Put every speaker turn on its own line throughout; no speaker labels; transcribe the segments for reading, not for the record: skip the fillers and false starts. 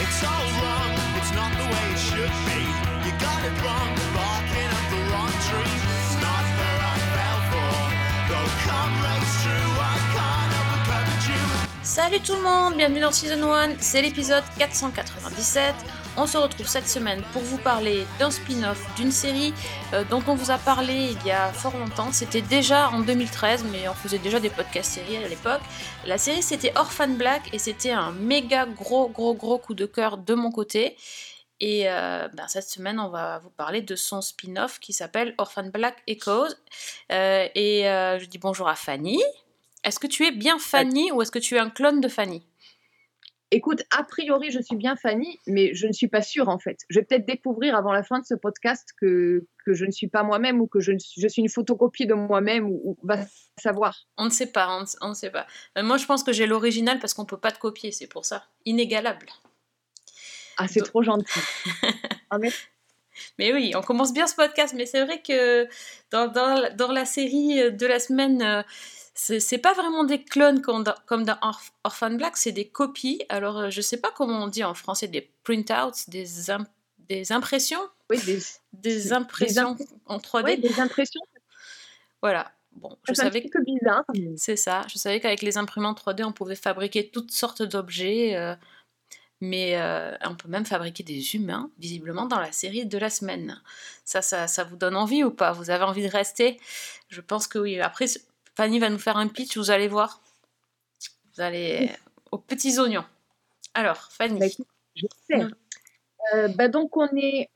It's all wrong, it's not the way it should be. You got it wrong, barking up the wrong tree. It's not her I fell for, though come race true, I can't help but covet you.
Salut tout le monde, bienvenue dans Season 1, c'est l'épisode 497. On se retrouve cette semaine pour vous parler d'un spin-off d'une série dont on vous a parlé il y a fort longtemps. C'était déjà en 2013, mais on faisait déjà des podcasts séries à l'époque. La série c'était Orphan Black et c'était un méga gros coup de cœur de mon côté. Et cette semaine, on va vous parler de son spin-off qui s'appelle Orphan Black Echoes. Je dis bonjour à Fanny. Est-ce que tu es bien Fanny ou est-ce que tu es un clone de Fanny ?
Écoute, a priori, je suis bien Fanny, mais je ne suis pas sûre en fait. Je vais peut-être découvrir avant la fin de ce podcast que je ne suis pas moi-même ou que je suis une photocopie de moi-même ou va savoir.
On ne sait pas, on ne sait pas. Moi, je pense que j'ai l'original parce qu'on ne peut pas te copier, c'est pour ça. Inégalable.
Ah, c'est trop gentil. Ah,
mais oui, on commence bien ce podcast, mais c'est vrai que dans la série de la semaine... c'est pas vraiment des clones comme dans Orphan Black, c'est des copies. Alors, je sais pas comment on dit en français, des print-outs, des impressions.
Oui,
des impressions en 3D.
Oui, des impressions.
Voilà. Bon,
c'est un petit peu bizarre.
C'est ça. Je savais qu'avec les imprimantes 3D, on pouvait fabriquer toutes sortes d'objets. Mais on peut même fabriquer des humains, visiblement, dans la série de la semaine. Ça vous donne envie ou pas ? Vous avez envie de rester ? Je pense que oui. Après... Fanny va nous faire un pitch, vous allez voir. Vous allez aux petits oignons. Alors, Fanny.
J'espère. Donc, on est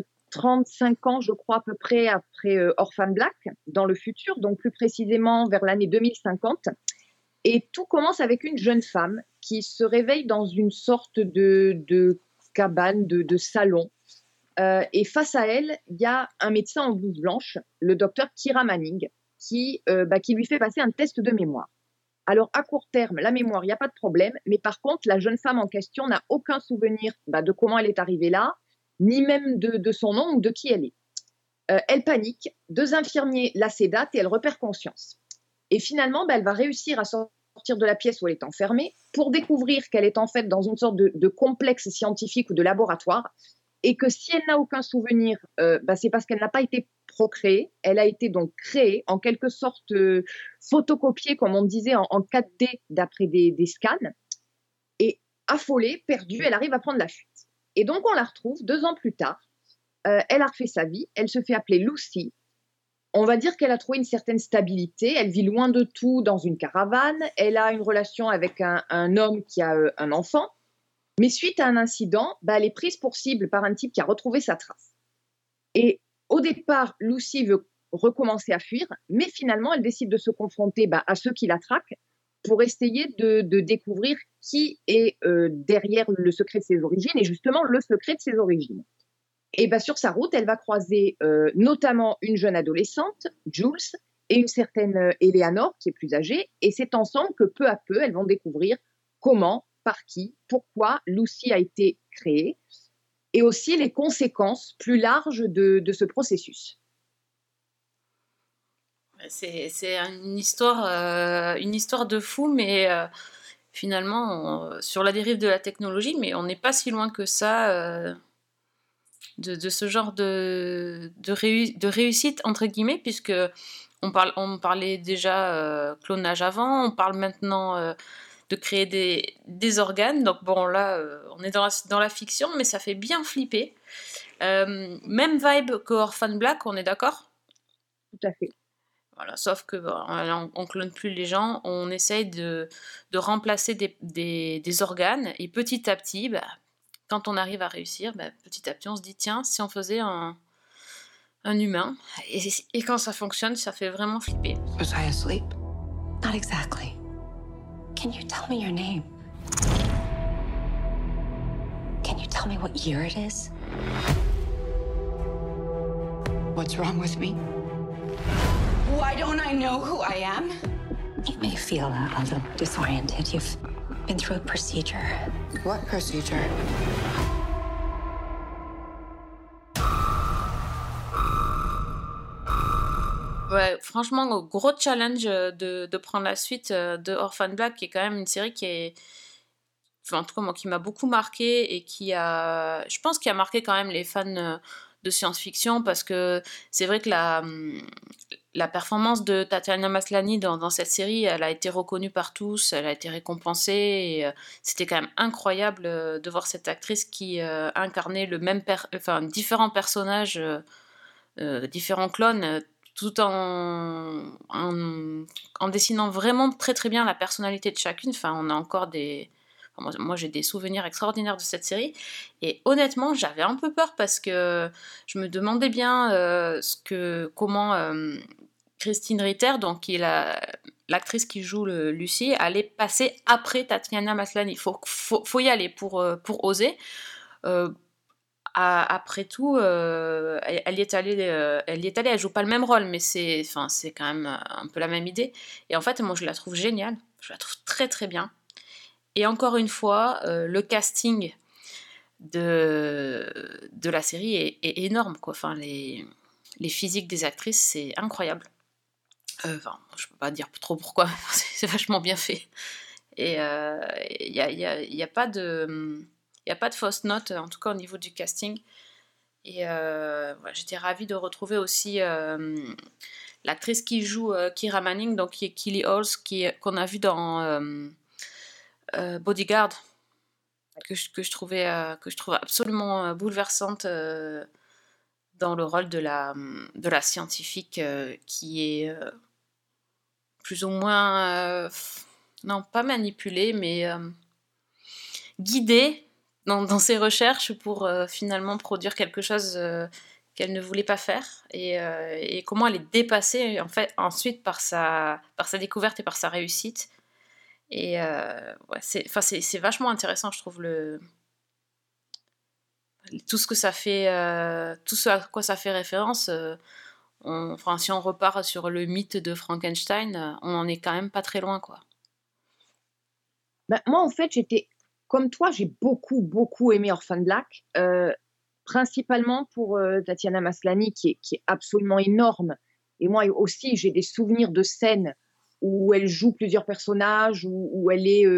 35 ans, je crois, à peu près après Orphan Black, dans le futur, donc plus précisément vers l'année 2050. Et tout commence avec une jeune femme qui se réveille dans une sorte de cabane, de salon. Et face à elle, il y a un médecin en blouse blanche, le docteur Kira Manning, qui lui fait passer un test de mémoire. Alors, à court terme, la mémoire, il n'y a pas de problème, mais par contre, la jeune femme en question n'a aucun souvenir de comment elle est arrivée là, ni même de son nom ou de qui elle est. Elle panique, 2 infirmiers la sédatent et elle repère conscience. Et finalement, elle va réussir à sortir de la pièce où elle est enfermée pour découvrir qu'elle est en fait dans une sorte de complexe scientifique ou de laboratoire, et que si elle n'a aucun souvenir, c'est parce qu'elle n'a pas été procréée, elle a été donc créée, en quelque sorte photocopiée, comme on disait, en 4D d'après des scans, et affolée, perdue, elle arrive à prendre la fuite. Et donc on la retrouve 2 ans plus tard, elle a refait sa vie, elle se fait appeler Lucy, on va dire qu'elle a trouvé une certaine stabilité, elle vit loin de tout dans une caravane, elle a une relation avec un homme qui a un enfant, mais suite à un incident, elle est prise pour cible par un type qui a retrouvé sa trace. Et au départ, Lucy veut recommencer à fuir, mais finalement, elle décide de se confronter à ceux qui la traquent pour essayer de découvrir qui est derrière le secret de ses origines, et justement le secret de ses origines. Et sur sa route, elle va croiser notamment une jeune adolescente, Jules, et une certaine Eleanor, qui est plus âgée, et c'est ensemble que peu à peu, elles vont découvrir comment, par qui, pourquoi Lucy a été créée, et aussi les conséquences plus larges de ce processus.
C'est une histoire de fou, mais finalement, sur la dérive de la technologie, mais on n'est pas si loin que ça de ce genre de réussite, entre guillemets, puisque on parlait déjà clonage avant, on parle maintenant... de créer des organes. Donc bon, là, on est dans la fiction, mais ça fait bien flipper. Même vibe que Orphan Black, on est d'accord ?
Tout à fait.
Voilà, sauf que on clone plus les gens, on essaye de remplacer des organes, et petit à petit, quand on arrive à réussir, petit à petit, on se dit, tiens, si on faisait un humain, et quand ça fonctionne, ça fait vraiment flipper.
Was I asleep?
Not exactly. Can you tell me your name? Can you tell me what year it is?
What's wrong with me? Why don't I know who I am?
You may feel a little disoriented. You've been through a procedure.
What procedure?
Ouais, franchement, gros challenge de prendre la suite de Orphan Black, qui est quand même une série qui est... enfin, en tout cas moi, qui m'a beaucoup marqué et je pense qu'il a marqué quand même les fans de science-fiction, parce que c'est vrai que la performance de Tatiana Maslany dans cette série, elle a été reconnue par tous, elle a été récompensée, et c'était quand même incroyable de voir cette actrice qui incarnait différents personnages, différents clones, tout en dessinant vraiment très très bien la personnalité de chacune. Enfin, on a encore moi j'ai des souvenirs extraordinaires de cette série, et honnêtement j'avais un peu peur, parce que je me demandais bien comment Christine Ritter, donc qui est l'actrice qui joue Lucie, allait passer après Tatiana Maslany. Faut y aller pour oser. Après tout, elle y est allée, elle joue pas le même rôle, mais c'est quand même un peu la même idée. Et en fait, moi, je la trouve géniale, je la trouve très très bien. Et encore une fois, le casting de la série est énorme, quoi. Enfin, les physiques des actrices, c'est incroyable. Je peux pas dire trop pourquoi, c'est vachement bien fait. Et il y a pas de fausse note, en tout cas au niveau du casting. Et voilà, j'étais ravie de retrouver aussi l'actrice qui joue Kira Manning, donc qui est Keely Hawes, qu'on a vu dans Bodyguard, que je trouvais absolument bouleversante dans le rôle de la scientifique qui est plus ou moins non, pas manipulée, mais guidée dans ses recherches pour finalement produire quelque chose qu'elle ne voulait pas faire, et comment elle est dépassée en fait ensuite par sa découverte et par sa réussite. Et ouais, c'est vachement intéressant, je trouve, tout ce que ça fait, tout ce à quoi ça fait référence. Si on repart sur le mythe de Frankenstein, on en est quand même pas très loin, quoi.
Ben, moi, en fait, j'étais comme toi, j'ai beaucoup, beaucoup aimé Orphan Black, principalement pour Tatiana Maslany, qui est absolument énorme. Et moi aussi, j'ai des souvenirs de scènes où elle joue plusieurs personnages, où elle est...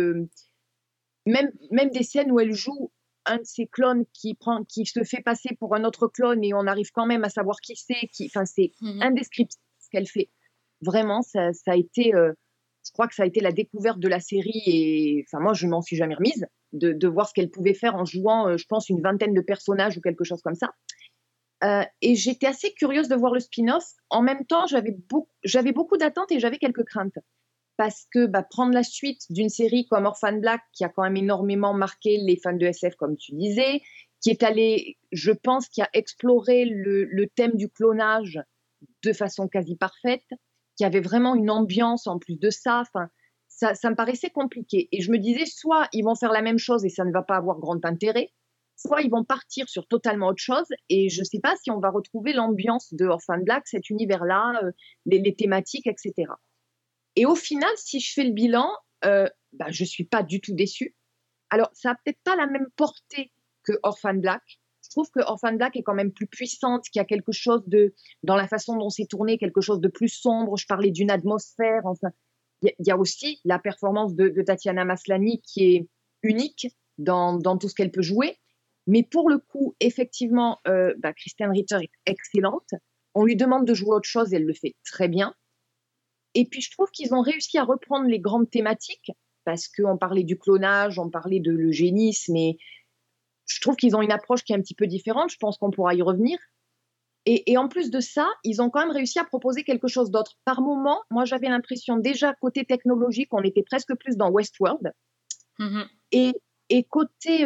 même des scènes où elle joue un de ses clones qui se fait passer pour un autre clone, et on arrive quand même à savoir qui c'est. C'est indescriptible ce qu'elle fait. Vraiment, ça a été... je crois que ça a été la découverte de la série, et moi, je ne m'en suis jamais remise, de voir ce qu'elle pouvait faire en jouant, je pense, une vingtaine de personnages ou quelque chose comme ça. Et j'étais assez curieuse de voir le spin-off. En même temps, j'avais beaucoup d'attentes et j'avais quelques craintes. Parce que prendre la suite d'une série comme Orphan Black, qui a quand même énormément marqué les fans de SF, comme tu disais, qui est allé, je pense, qui a exploré le thème du clonage de façon quasi parfaite, qui avait vraiment une ambiance en plus de ça. Ça me paraissait compliqué. Et je me disais, soit ils vont faire la même chose et ça ne va pas avoir grand intérêt, soit ils vont partir sur totalement autre chose. Et je ne sais pas si on va retrouver l'ambiance de Orphan Black, cet univers-là, les thématiques, etc. Et au final, si je fais le bilan, je ne suis pas du tout déçue. Alors, ça n'a peut-être pas la même portée que Orphan Black. Je trouve que Orphan Black est quand même plus puissante, qu'il y a quelque chose dans la façon dont c'est tourné, quelque chose de plus sombre. Je parlais d'une atmosphère. Enfin, il y a aussi la performance de Tatiana Maslany qui est unique dans tout ce qu'elle peut jouer. Mais pour le coup, effectivement, Christine Ritter est excellente. On lui demande de jouer autre chose et elle le fait très bien. Et puis, je trouve qu'ils ont réussi à reprendre les grandes thématiques, parce qu'on parlait du clonage, on parlait de l'eugénisme, et je trouve qu'ils ont une approche qui est un petit peu différente. Je pense qu'on pourra y revenir. Et en plus de ça, ils ont quand même réussi à proposer quelque chose d'autre. Par moment, moi, j'avais l'impression, déjà, côté technologique, on était presque plus dans Westworld. Mm-hmm. Et côté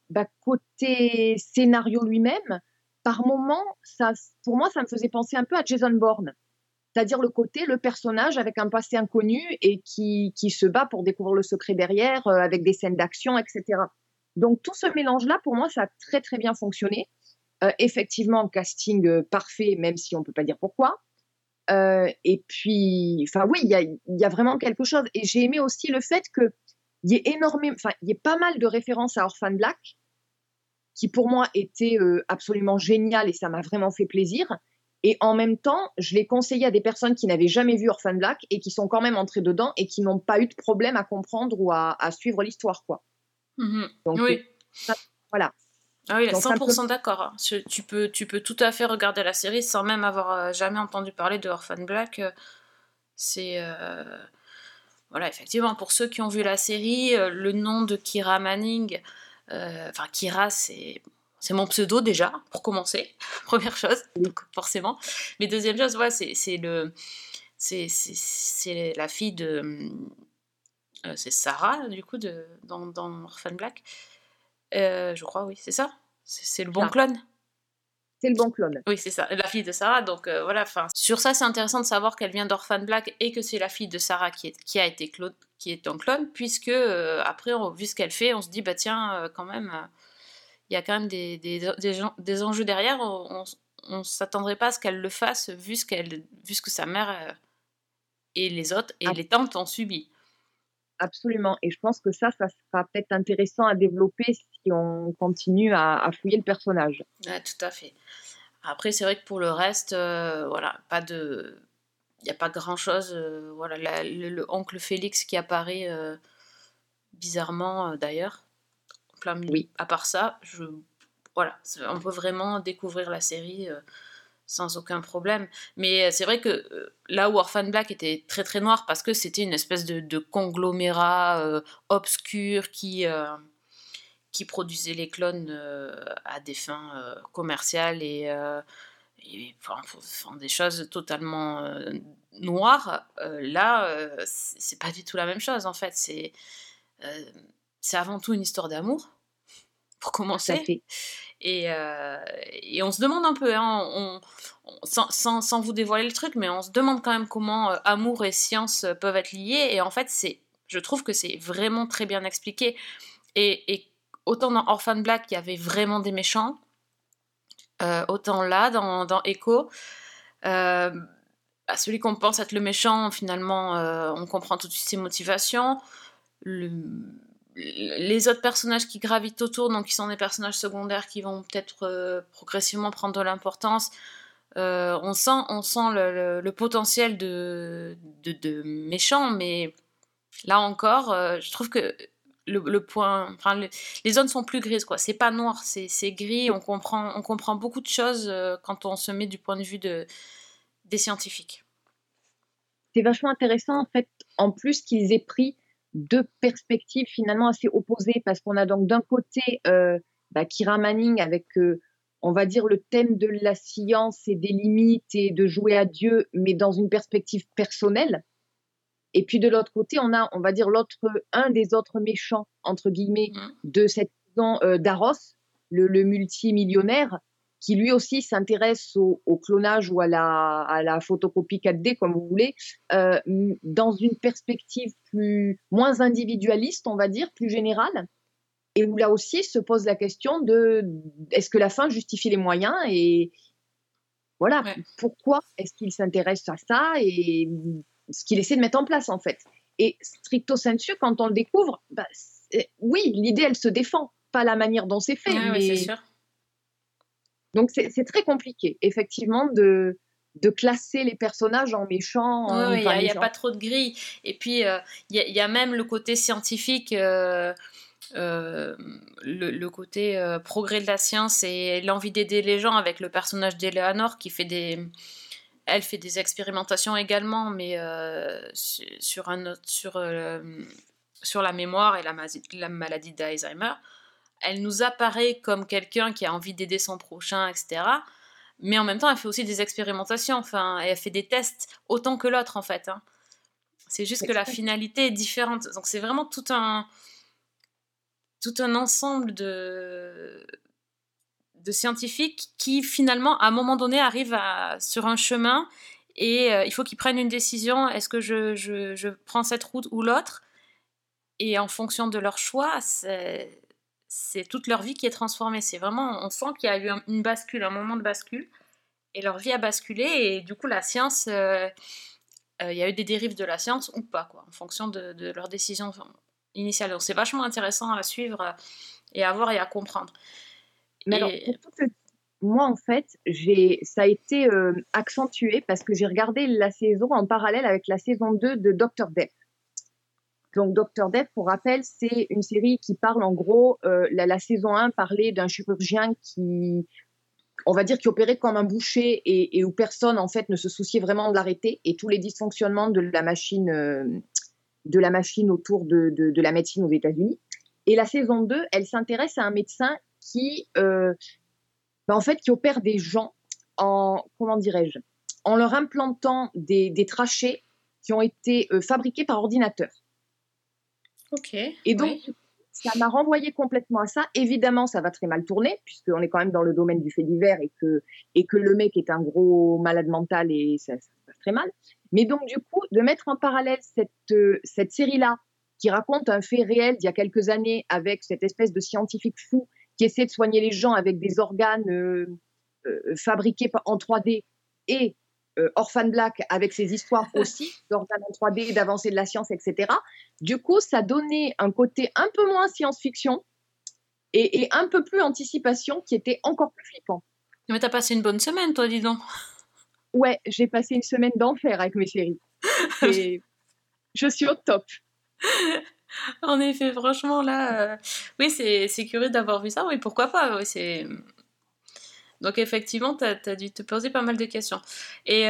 scénario lui-même, par moment, pour moi, ça me faisait penser un peu à Jason Bourne. C'est-à-dire le personnage avec un passé inconnu et qui se bat pour découvrir le secret derrière, avec des scènes d'action, etc. Donc, tout ce mélange-là, pour moi, ça a très, très bien fonctionné. Effectivement, casting parfait, même si on ne peut pas dire pourquoi. Et puis, oui, il y a vraiment quelque chose. Et j'ai aimé aussi le fait qu'il y ait pas mal de références à Orphan Black, qui pour moi était absolument génial, et ça m'a vraiment fait plaisir. Et en même temps, je l'ai conseillé à des personnes qui n'avaient jamais vu Orphan Black et qui sont quand même entrées dedans et qui n'ont pas eu de problème à comprendre ou à suivre l'histoire, quoi. Donc,
Oui.
voilà.
Ah oui,
Donc,
100% d'accord. Hein. Tu peux tout à fait regarder la série sans même avoir jamais entendu parler de Orphan Black. C'est... Voilà, effectivement, pour ceux qui ont vu la série, le nom de Kira Manning, enfin Kira, c'est mon pseudo déjà, pour commencer, première chose, donc forcément. Mais deuxième chose, ouais, c'est la fille de... c'est Sarah, du coup, dans Orphan Black. Je crois, oui, c'est ça. C'est le bon clone.
C'est le bon clone.
Oui, c'est ça, la fille de Sarah. Donc voilà, sur ça, c'est intéressant de savoir qu'elle vient d'Orphan Black et que c'est la fille de Sarah qui est un clone, puisque après, vu ce qu'elle fait, on se dit, bah tiens, quand même, il y a quand même des enjeux derrière. On s'attendrait pas à ce qu'elle le fasse, vu ce que sa mère et les autres et les tantes ont subi.
Absolument. Et je pense que ça sera peut-être intéressant à développer si on continue à fouiller le personnage.
Ouais, tout à fait. Après, c'est vrai que pour le reste, voilà, il n'y a pas grand-chose. Voilà, le oncle Félix qui apparaît bizarrement, d'ailleurs, en plein milieu.
Oui.
À part ça, voilà, on peut vraiment découvrir la série sans aucun problème. Mais c'est vrai que là où Orphan Black était très très noir, parce que c'était une espèce de conglomérat obscur qui produisait les clones à des fins commerciales et des choses totalement noires. Là, c'est pas du tout la même chose en fait. C'est avant tout une histoire d'amour, pour commencer. Et on se demande un peu, hein, sans vous dévoiler le truc, mais on se demande quand même comment amour et science peuvent être liés. Et en fait, je trouve que c'est vraiment très bien expliqué. Et autant dans Orphan Black, il y avait vraiment des méchants, autant là, dans Echo, celui qu'on pense être le méchant, finalement, on comprend tout de suite ses motivations. Les autres personnages qui gravitent autour, donc qui sont des personnages secondaires qui vont peut-être progressivement prendre de l'importance, on sent le potentiel de méchant, mais là encore, je trouve que les zones sont plus grises, quoi. C'est pas noir, c'est gris. On comprend beaucoup de choses quand on se met du point de vue des scientifiques.
C'est vachement intéressant, en fait, en plus qu'ils aient pris deux perspectives finalement assez opposées, parce qu'on a donc d'un côté Kira Manning avec, on va dire, le thème de la science et des limites et de jouer à Dieu, mais dans une perspective personnelle. Et puis de l'autre côté, on a, on va dire, un des autres méchants, entre guillemets, de cette saison, Daros, le multimillionnaire, qui lui aussi s'intéresse au clonage ou à la photocopie 4D, comme vous voulez, dans une perspective moins individualiste, on va dire, plus générale, et où là aussi se pose la question de est-ce que la fin justifie les moyens, et voilà, pourquoi est-ce qu'il s'intéresse à ça et ce qu'il essaie de mettre en place, en fait. Et stricto sensu, quand on le découvre, oui, l'idée, elle se défend, pas la manière dont c'est fait, mais...
Oui, c'est sûr.
Donc, c'est très compliqué, effectivement, de classer les personnages en méchants.
Oui, il n'y a pas trop de grilles. Et puis, il y a même le côté scientifique, le côté progrès de la science et l'envie d'aider les gens avec le personnage d'Eleanor qui fait elle fait des expérimentations également, mais sur la mémoire et la maladie d'Alzheimer. Elle nous apparaît comme quelqu'un qui a envie d'aider son prochain, etc. Mais en même temps, elle fait aussi des expérimentations. Enfin, elle fait des tests autant que l'autre, en fait. Hein. C'est juste que la finalité est différente. Donc, c'est vraiment tout un ensemble de scientifiques qui, finalement, à un moment donné, arrivent sur un chemin et il faut qu'ils prennent une décision. Est-ce que je prends cette route ou l'autre? Et en fonction de leur choix, c'est toute leur vie qui est transformée. C'est vraiment, on sent qu'il y a eu une bascule, un moment de bascule, et leur vie a basculé, et du coup la science, il y a eu des dérives de la science ou pas, quoi, en fonction de leur décision initiale. Donc c'est vachement intéressant à suivre et à voir et à comprendre.
Mais alors, moi, en fait, ça a été accentué parce que j'ai regardé la saison en parallèle avec la saison 2 de Dr. Death, Donc, Dr. Death, pour rappel, c'est une série qui parle en gros, la saison 1 parlait d'un chirurgien qui, on va dire, qui opérait comme un boucher et où personne, en fait, ne se souciait vraiment de l'arrêter et tous les dysfonctionnements de la machine autour de la médecine aux États-Unis. Et la saison 2, elle s'intéresse à un médecin qui, en fait, qui opère des gens en leur implantant des trachées qui ont été fabriqués par ordinateur.
Ok.
Et donc, ça m'a renvoyé complètement à ça. Évidemment, ça va très mal tourner, puisqu'on est quand même dans le domaine du fait divers et que le mec est un gros malade mental et ça se passe très mal. Mais donc, du coup, de mettre en parallèle cette série-là, qui raconte un fait réel d'il y a quelques années, avec cette espèce de scientifique fou qui essaie de soigner les gens avec des organes fabriqués en 3D, et Orphan Black avec ses histoires aussi d'organes en 3D, d'avancée de la science, etc. Du coup, ça donnait un côté un peu moins science-fiction et un peu plus anticipation qui était encore plus flippant.
Mais t'as passé une bonne semaine, toi, dis donc.
Ouais, j'ai passé une semaine d'enfer avec mes séries. Et je suis au top.
En effet, franchement, là, oui, c'est curieux d'avoir vu ça. Oui, pourquoi pas. Oui, donc, effectivement, t'as dû te poser pas mal de questions. Et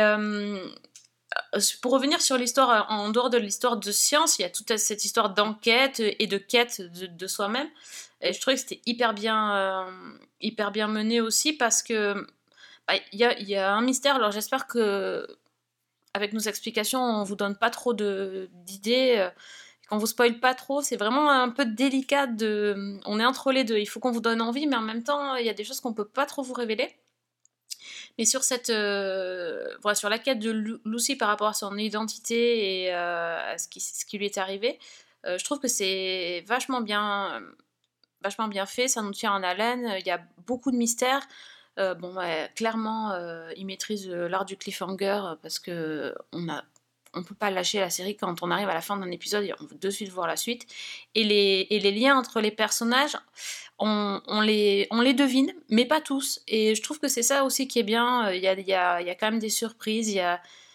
pour revenir sur l'histoire, en dehors de l'histoire de science, il y a toute cette histoire d'enquête et de quête de soi-même. Et je trouvais que c'était hyper bien mené aussi parce que il y a un mystère. Alors, j'espère que avec nos explications, on vous donne pas trop d'idées. Qu'on vous spoile pas trop, c'est vraiment un peu délicat on est entre les deux, il faut qu'on vous donne envie, mais en même temps, il y a des choses qu'on peut pas trop vous révéler. Mais sur voilà, sur la quête de Lucy par rapport à son identité et à ce qui lui est arrivé, je trouve que c'est vachement bien fait, ça nous tient en haleine, il y a beaucoup de mystères. Clairement, il maîtrise l'art du cliffhanger parce que on peut pas lâcher la série quand on arrive à la fin d'un épisode et on veut de suite voir la suite. Et les liens entre les personnages, on les devine, mais pas tous. Et je trouve que c'est ça aussi qui est bien. Il y a quand même des surprises, il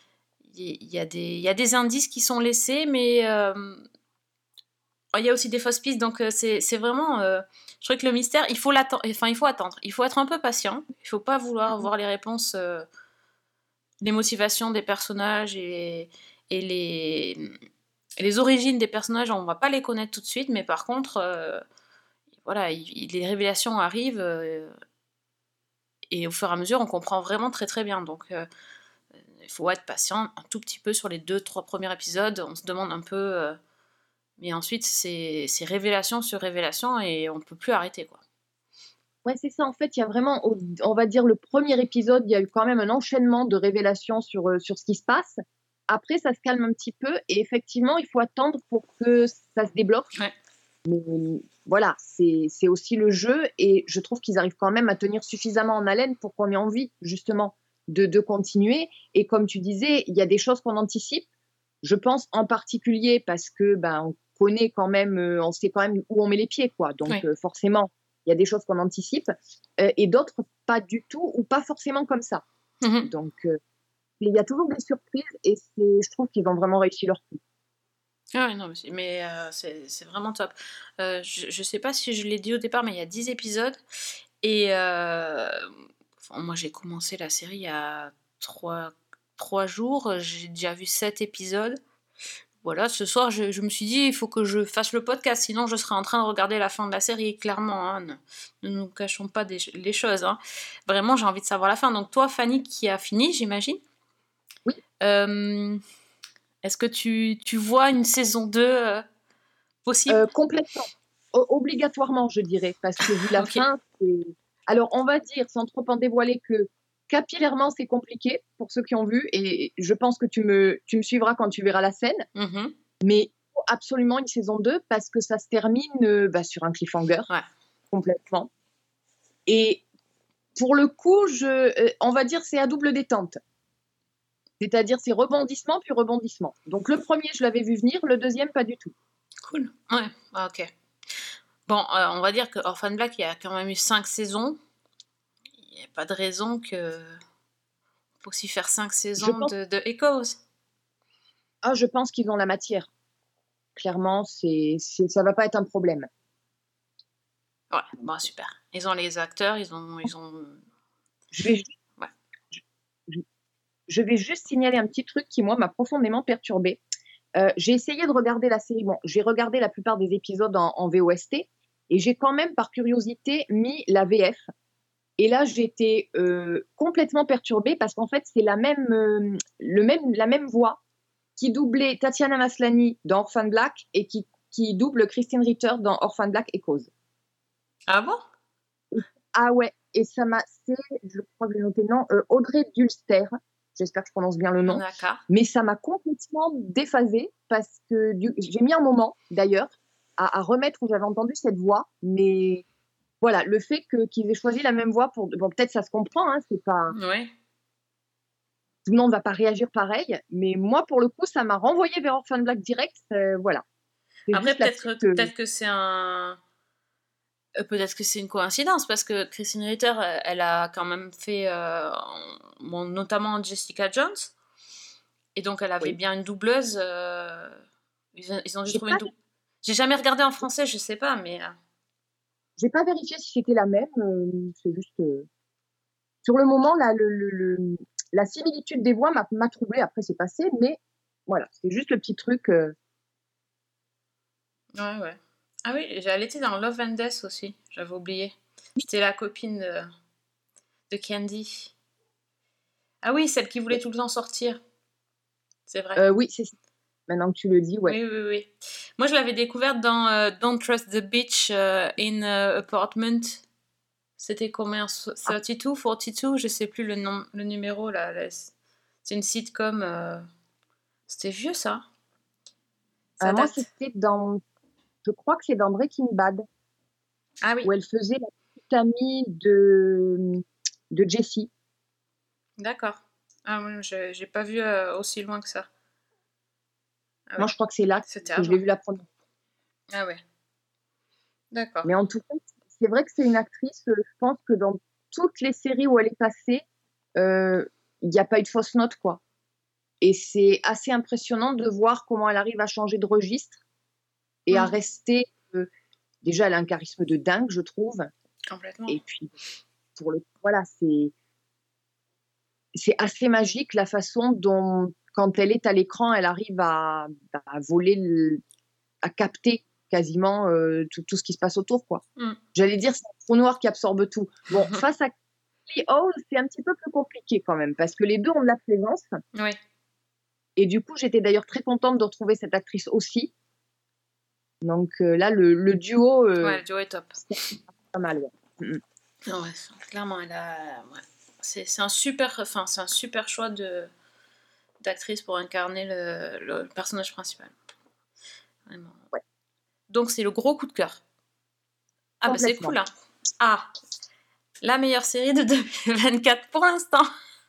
y a des indices qui sont laissés, mais il y a aussi des fausses pistes. Donc c'est vraiment... je trouve que le mystère, il faut attendre. Il faut être un peu patient. Il faut pas vouloir avoir les réponses... les motivations des personnages et les origines des personnages, on va pas les connaître tout de suite, mais par contre, voilà, les révélations arrivent et au fur et à mesure, on comprend vraiment très très bien. Donc, il faut être patient un tout petit peu sur les 2-3 premiers épisodes. On se demande un peu, mais ensuite, c'est révélation sur révélation et on peut plus arrêter, quoi.
Ouais, c'est ça. En fait, il y a vraiment, on va dire, le premier épisode, il y a eu quand même un enchaînement de révélations sur ce qui se passe. Après, ça se calme un petit peu et effectivement, il faut attendre pour que ça se débloque.
Ouais.
Mais voilà, c'est aussi le jeu et je trouve qu'ils arrivent quand même à tenir suffisamment en haleine pour qu'on ait envie, justement, de continuer. Et comme tu disais, il y a des choses qu'on anticipe. Je pense en particulier parce que on connaît quand même, on sait quand même où on met les pieds, quoi. Donc, forcément, il y a des choses qu'on anticipe et d'autres pas du tout ou pas forcément comme ça.
Mm-hmm.
Donc, il y a toujours des surprises et je trouve qu'ils ont vraiment réussi leur coup.
Ah oui, non, mais c'est vraiment top. Je sais pas si je l'ai dit au départ, mais il y a 10 épisodes. Et moi, j'ai commencé la série il y a 3 jours. J'ai déjà vu 7 épisodes. Voilà, ce soir, je me suis dit, il faut que je fasse le podcast, sinon je serais en train de regarder la fin de la série, clairement. Hein, ne nous cachons pas les choses. Hein. Vraiment, j'ai envie de savoir la fin. Donc toi, Fanny, qui a fini, j'imagine.
Oui.
Est-ce que tu vois une saison 2 possible?
Complètement. Obligatoirement, je dirais, parce que vu la fin, c'est... Alors, on va dire, sans trop en dévoiler, que capillairement, c'est compliqué pour ceux qui ont vu, et je pense que tu me suivras quand tu verras la scène, mais il faut absolument une saison 2 parce que ça se termine sur un cliffhanger, complètement. Et pour le coup, on va dire c'est à double détente. C'est-à-dire c'est rebondissement puis rebondissement. Donc le premier, je l'avais vu venir, le deuxième, pas du tout.
Cool, ouais, ok. Bon, on va dire que Orphan Black, il y a quand même eu 5 saisons. Il n'y a pas de raison que... faut aussi faire 5 saisons de Echoes.
Ah, je pense qu'ils ont la matière. Clairement, ça va pas être un problème.
Ouais, bon, super. Ils ont les acteurs, ils ont...
Je vais,
Ouais.
je vais juste signaler un petit truc qui, moi, m'a profondément perturbée. J'ai essayé de regarder la série. Bon, j'ai regardé la plupart des épisodes en VOST et j'ai quand même, par curiosité, mis la VF. Et là, j'étais complètement perturbée parce qu'en fait, c'est la même voix qui doublait Tatiana Maslany dans Orphan Black et qui double Christine Ritter dans Orphan Black Echoes.
Ah bon?
Ah ouais, et ça m'a... je crois que j'ai noté le nom, Audrey Dulster. J'espère que je prononce bien le nom.
D'accord.
Mais ça m'a complètement déphasée parce que j'ai mis un moment, d'ailleurs, à remettre où j'avais entendu cette voix. Mais voilà, le fait qu'ils aient choisi la même voix pour... Bon, peut-être ça se comprend, hein, c'est pas...
Ouais.
Tout le monde ne va pas réagir pareil. Mais moi, pour le coup, ça m'a renvoyé vers Orphan Black direct. Voilà.
Après, peut-être que c'est un... Peut-être que c'est une coïncidence, parce que Christine Ritter, elle a quand même fait, notamment Jessica Jones, et donc elle avait bien une doubleuse. Ils ont dû trouver une double. J'ai jamais regardé en français, je sais pas, mais...
J'ai pas vérifié si c'était la même, c'est juste... Sur le moment, là, la similitude des voix m'a troublée, après c'est passé, mais voilà, c'est juste le petit truc...
Ouais. Ah oui, elle était dans Love and Death aussi, j'avais oublié. C'était la copine de Candy. Ah oui, celle qui voulait tout le temps sortir. C'est vrai.
Oui, c'est ça. Maintenant que tu le dis, ouais.
Oui. Moi, je l'avais découverte dans Don't Trust the Bitch in Apartment. C'était combien? 32, 42, je sais plus le numéro là. C'est une sitcom. C'était vieux ça.
Moi, c'était dans... Je crois que c'est dans Breaking Bad.
Ah oui.
Où elle faisait la petite amie de Jessie.
D'accord. Ah oui, j'ai pas vu aussi loin que ça. Ah
Moi, je crois que c'est là que je l'ai vu la première.
Ah ouais. D'accord.
Mais en tout cas, c'est vrai que c'est une actrice, je pense que dans toutes les séries où elle est passée, il n'y a pas eu de fausse note, quoi. Et c'est assez impressionnant de voir comment elle arrive à changer de registre et à rester... déjà, elle a un charisme de dingue, je trouve.
Complètement.
Et puis, voilà, c'est assez magique la façon dont, quand elle est à l'écran, elle arrive à voler, à capter quasiment tout ce qui se passe autour, quoi. J'allais dire, c'est un trou noir qui absorbe tout. Bon, face à Kelly Hall, c'est un petit peu plus compliqué quand même, parce que les deux ont de la présence.
Oui.
Et du coup, j'étais d'ailleurs très contente de retrouver cette actrice aussi. Donc là, le duo...
le duo est top.
C'est pas mal, ouais.
Ouais, clairement, elle a... Ouais. C'est un super choix d'actrice pour incarner le personnage principal. Vraiment.
Ouais.
Donc c'est le gros coup de cœur. Ah bah c'est cool, hein. Ah, la meilleure série de 2024 pour l'instant.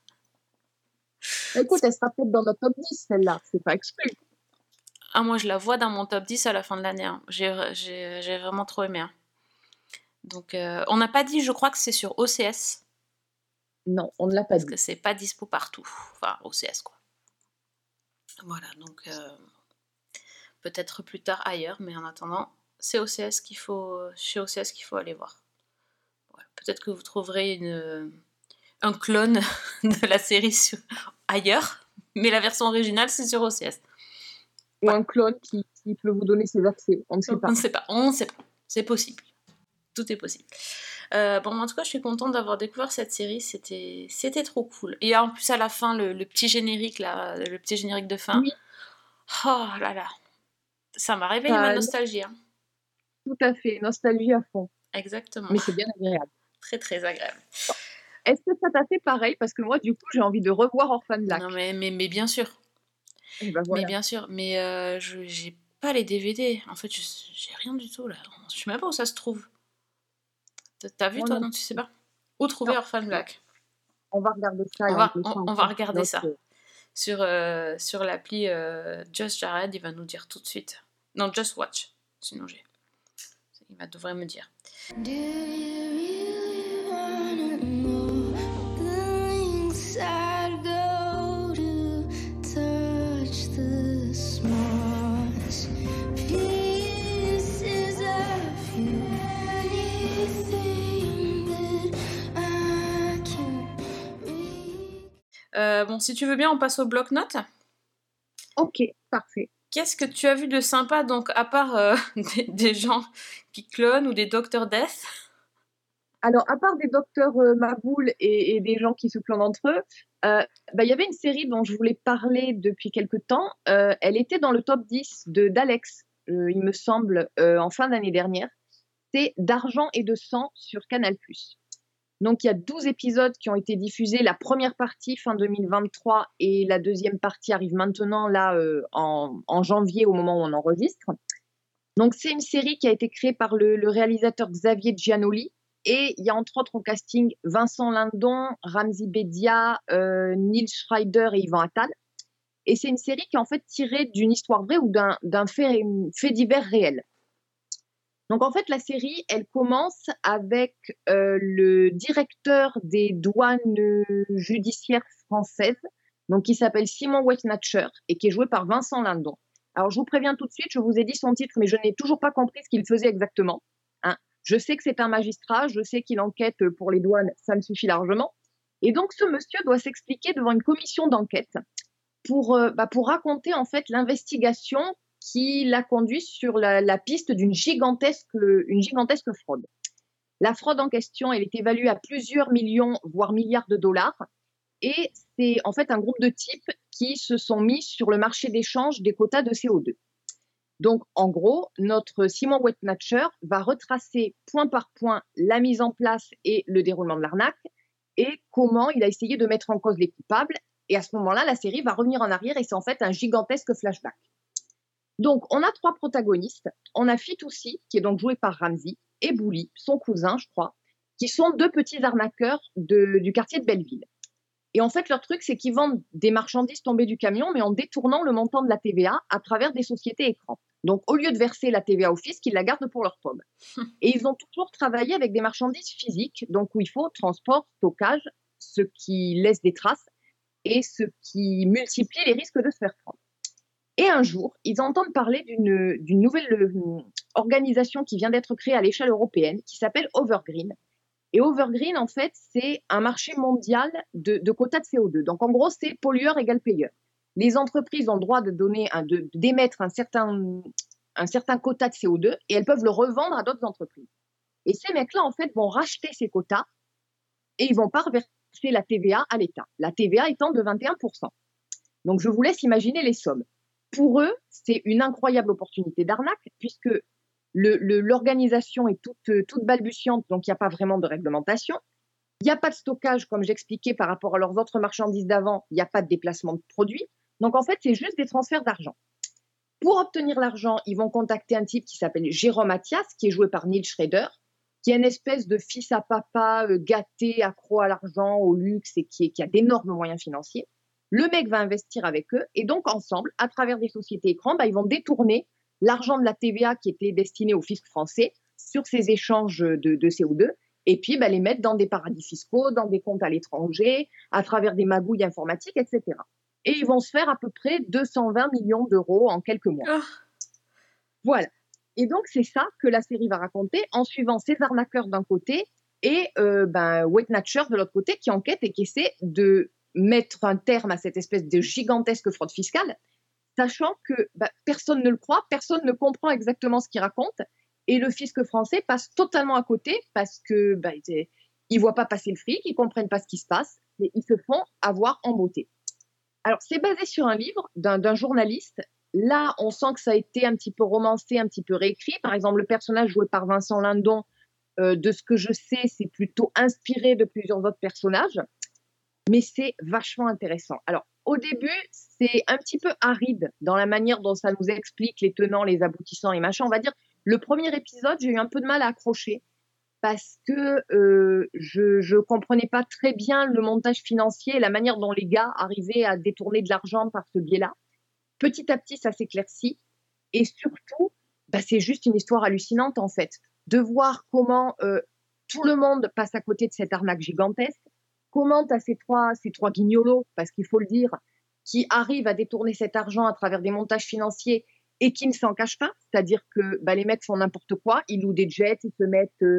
Écoute, elle sera peut-être dans notre top 10, celle-là, c'est pas exclu.
Ah, moi je la vois dans mon top 10 à la fin de l'année, hein. J'ai vraiment trop aimé, hein. Donc on n'a pas dit, je crois que c'est sur OCS.
Non, on ne l'a pas dit.
Parce que c'est pas dispo partout. Enfin, OCS, quoi. Voilà, donc peut-être plus tard ailleurs, mais en attendant, c'est chez OCS qu'il faut aller voir. Voilà. Peut-être que vous trouverez un clone de la série ailleurs, mais la version originale, c'est sur OCS.
Ou un clone qui peut vous donner ses accès. On ne sait pas.
On ne sait pas. C'est possible. Tout est possible. Bon, en tout cas, je suis contente d'avoir découvert cette série. C'était trop cool. Et en plus, à la fin, le petit générique, là, le petit générique de fin. Oui. Oh là là. Ça m'a réveillé ma nostalgie. Hein.
Tout à fait. Nostalgie à fond.
Exactement.
Mais c'est bien agréable.
Très, très agréable.
Est-ce que ça t'a fait pareil? Parce que moi, du coup, j'ai envie de revoir Orphan Black.
Non, mais bien sûr.
Et ben voilà.
Mais bien sûr. Mais j'ai pas les DVD. En fait, j'ai rien du tout, là. Je sais même pas où ça se trouve. T'as vu, toi? Non, tu sais pas où trouver Orphan Black?
On va regarder ça.
On va regarder ça. Sur l'appli Just Jared, il va nous dire tout de suite. Non, Just Watch. Sinon, il devrait me dire. Do you really wanna know the links I'd go to touch the smallest Bon, si tu veux bien, on passe au bloc-notes.
Ok, parfait.
Qu'est-ce que tu as vu de sympa, donc, à part des gens qui clonent ou des Dr. Death?
Alors, à part des docteurs Maboul et des gens qui se clonent entre eux, il y avait une série dont je voulais parler depuis quelque temps. Elle était dans le top 10 d'Alex, il me semble, en fin d'année dernière. C'est D'argent et de sang sur Canal+. Donc, il y a 12 épisodes qui ont été diffusés. La première partie, fin 2023, et la deuxième partie arrive maintenant, là, en janvier, au moment où on enregistre. Donc, c'est une série qui a été créée par le réalisateur Xavier Giannoli. Et il y a entre autres au casting Vincent Lindon, Ramzy Bedia, Neil Schreider et Yvan Attal. Et c'est une série qui est en fait tirée d'une histoire vraie ou d'un fait divers réel. Donc en fait, la série, elle commence avec le directeur des douanes judiciaires françaises, donc qui s'appelle Simon Weisnacher et qui est joué par Vincent Lindon. Alors je vous préviens tout de suite, je vous ai dit son titre, mais je n'ai toujours pas compris ce qu'il faisait exactement. Hein. Je sais que c'est un magistrat, je sais qu'il enquête pour les douanes, ça me suffit largement. Et donc ce monsieur doit s'expliquer devant une commission d'enquête pour raconter en fait l'investigation qui l'a conduit sur la piste d'une gigantesque fraude. La fraude en question, elle est évaluée à plusieurs millions, voire milliards de dollars. Et c'est en fait un groupe de types qui se sont mis sur le marché d'échange des quotas de CO2. Donc, en gros, notre Simon Weisnacher va retracer point par point la mise en place et le déroulement de l'arnaque et comment il a essayé de mettre en cause les coupables. Et à ce moment-là, la série va revenir en arrière et c'est en fait un gigantesque flashback. Donc, on a 3 protagonistes. On a Fitoussi, qui est donc joué par Ramzy, et Bouli, son cousin, je crois, qui sont 2 petits arnaqueurs du quartier de Belleville. Et en fait, leur truc, c'est qu'ils vendent des marchandises tombées du camion, mais en détournant le montant de la TVA à travers des sociétés écrans. Donc, au lieu de verser la TVA au fisc, ils la gardent pour leur pomme. Et ils ont toujours travaillé avec des marchandises physiques, donc où il faut transport, stockage, ce qui laisse des traces et ce qui multiplie les risques de se faire prendre. Et un jour, ils entendent parler d'une nouvelle organisation qui vient d'être créée à l'échelle européenne, qui s'appelle Overgreen. Et Overgreen, en fait, c'est un marché mondial de quotas de CO2. Donc, en gros, c'est pollueur égale payeur. Les entreprises ont le droit d'émettre un certain quota de CO2 et elles peuvent le revendre à d'autres entreprises. Et ces mecs-là, en fait, vont racheter ces quotas et ils vont pas reverser la TVA à l'État. La TVA étant de 21%. Donc, je vous laisse imaginer les sommes. Pour eux, c'est une incroyable opportunité d'arnaque puisque l'organisation est toute balbutiante, donc il n'y a pas vraiment de réglementation. Il n'y a pas de stockage, comme j'expliquais, par rapport à leurs autres marchandises d'avant. Il n'y a pas de déplacement de produits. Donc, en fait, c'est juste des transferts d'argent. Pour obtenir l'argent, ils vont contacter un type qui s'appelle Jérôme Mathias, qui est joué par Neil Schreider, qui est une espèce de fils à papa gâté, accro à l'argent, au luxe et qui a d'énormes moyens financiers. Le mec va investir avec eux et donc, ensemble, à travers des sociétés écrans, ils vont détourner l'argent de la TVA qui était destiné au fisc français sur ces échanges de CO2 et puis les mettre dans des paradis fiscaux, dans des comptes à l'étranger, à travers des magouilles informatiques, etc. Et ils vont se faire à peu près 220 millions d'euros en quelques mois. Oh. Voilà. Et donc, c'est ça que la série va raconter en suivant ces arnaqueurs d'un côté et Weisnacher de l'autre côté qui enquête et qui essaie de mettre un terme à cette espèce de gigantesque fraude fiscale, sachant que personne ne le croit, personne ne comprend exactement ce qu'il raconte, et le fisc français passe totalement à côté parce que ils voient pas passer le fric, ils comprennent pas ce qui se passe, et ils se font avoir en beauté. Alors, c'est basé sur un livre d'un journaliste. Là, on sent que ça a été un petit peu romancé, un petit peu réécrit. Par exemple, le personnage joué par Vincent Lindon, de ce que je sais, c'est plutôt inspiré de plusieurs autres personnages. Mais c'est vachement intéressant. Alors, au début, c'est un petit peu aride dans la manière dont ça nous explique les tenants, les aboutissants, les machins. On va dire, le premier épisode, j'ai eu un peu de mal à accrocher parce que je comprenais pas très bien le montage financier et la manière dont les gars arrivaient à détourner de l'argent par ce biais-là. Petit à petit, ça s'éclaircit. Et surtout, c'est juste une histoire hallucinante, en fait, de voir comment tout le monde passe à côté de cette arnaque gigantesque. Comment tu as ces trois guignolos, parce qu'il faut le dire, qui arrivent à détourner cet argent à travers des montages financiers et qui ne s'en cachent pas. C'est-à-dire que les mecs font n'importe quoi, ils louent des jets, ils se mettent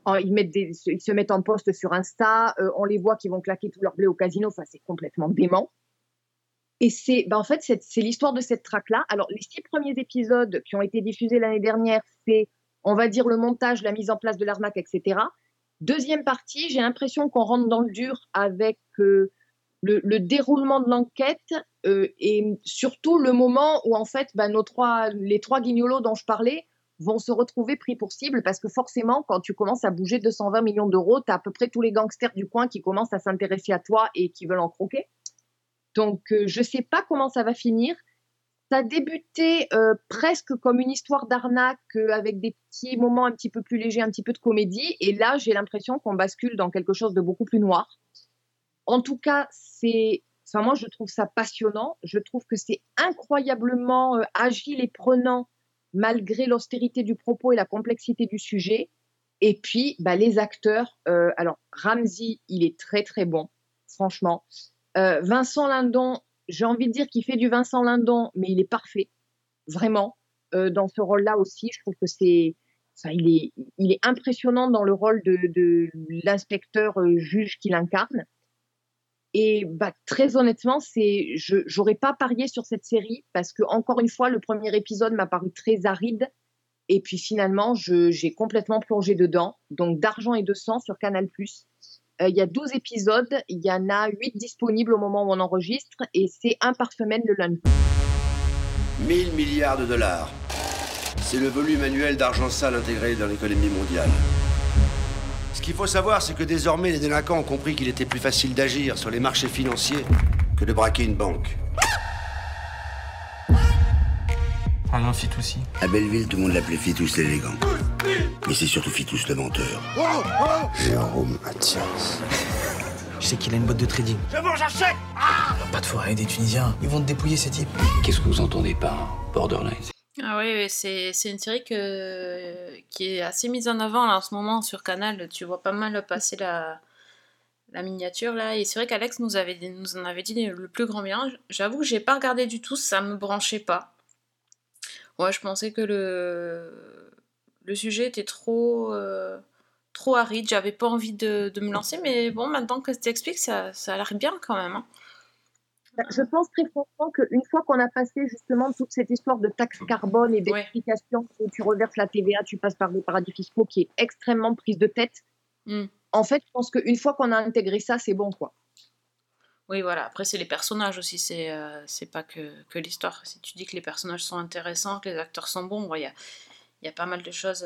Ils se mettent en poste sur Insta, on les voit qui vont claquer tout leur blé au casino, enfin c'est complètement dément. Et en fait, c'est l'histoire de cette traque-là. Alors, les 6 premiers épisodes qui ont été diffusés l'année dernière, c'est, on va dire, le montage, la mise en place de l'arnaque, etc. Deuxième partie, j'ai l'impression qu'on rentre dans le dur avec le déroulement de l'enquête et surtout le moment où, en fait, les 3 guignolos dont je parlais vont se retrouver pris pour cible parce que forcément, quand tu commences à bouger 220 millions d'euros, tu as à peu près tous les gangsters du coin qui commencent à s'intéresser à toi et qui veulent en croquer. Donc, je ne sais pas comment ça va finir. Ça a débuté presque comme une histoire d'arnaque avec des petits moments un petit peu plus légers, un petit peu de comédie. Et là, j'ai l'impression qu'on bascule dans quelque chose de beaucoup plus noir. En tout cas, moi, je trouve ça passionnant. Je trouve que c'est incroyablement agile et prenant malgré l'austérité du propos et la complexité du sujet. Et puis, les acteurs. Alors, Ramsey, il est très, très bon, franchement. Vincent Lindon, j'ai envie de dire qu'il fait du Vincent Lindon, mais il est parfait, vraiment, dans ce rôle-là aussi. Je trouve que il est impressionnant dans le rôle de l'inspecteur juge qu'il incarne. Et très honnêtement, j'aurais pas parié sur cette série parce que, encore une fois, le premier épisode m'a paru très aride. Et puis finalement, j'ai complètement plongé dedans. Donc, d'argent et de sang sur Canal+. Il y a 12 épisodes, il y en a 8 disponibles au moment où on enregistre et c'est 1 par semaine le lundi.
1000 milliards de dollars. C'est le volume annuel d'argent sale intégré dans l'économie mondiale. Ce qu'il faut savoir, c'est que désormais, les délinquants ont compris qu'il était plus facile d'agir sur les marchés financiers que de braquer une banque.
Ah non, Fitoussi.
À Belleville, tout le monde l'appelait Fitous l'élégant. Mais c'est surtout Fitous le menteur. Jérôme Mathias.
Je sais qu'il a une boîte de trading.
C'est bon, j'achète.
Pas de forêt, des Tunisiens. Ils vont te dépouiller, ces types.
Qu'est-ce que vous entendez par Borderline?
Ah oui, c'est une série qui est assez mise en avant là, en ce moment sur Canal. Tu vois pas mal passer la miniature là. Et c'est vrai qu'Alex nous en avait dit le plus grand bien. J'avoue que j'ai pas regardé du tout, ça me branchait pas. Ouais, je pensais que le sujet était trop aride, j'avais pas envie de me lancer, mais bon, maintenant que tu expliques, ça a l'air bien quand même. Hein.
Je pense très franchement qu'une fois qu'on a passé justement toute cette histoire de taxe carbone et d'explication, où tu reverses la TVA, tu passes par des paradis fiscaux qui est extrêmement prise de tête, en fait, je pense qu'une fois qu'on a intégré ça, c'est bon, quoi.
Oui, voilà. Après, c'est les personnages aussi, c'est pas que l'histoire. Si tu dis que les personnages sont intéressants, que les acteurs sont bons, il y a pas mal de choses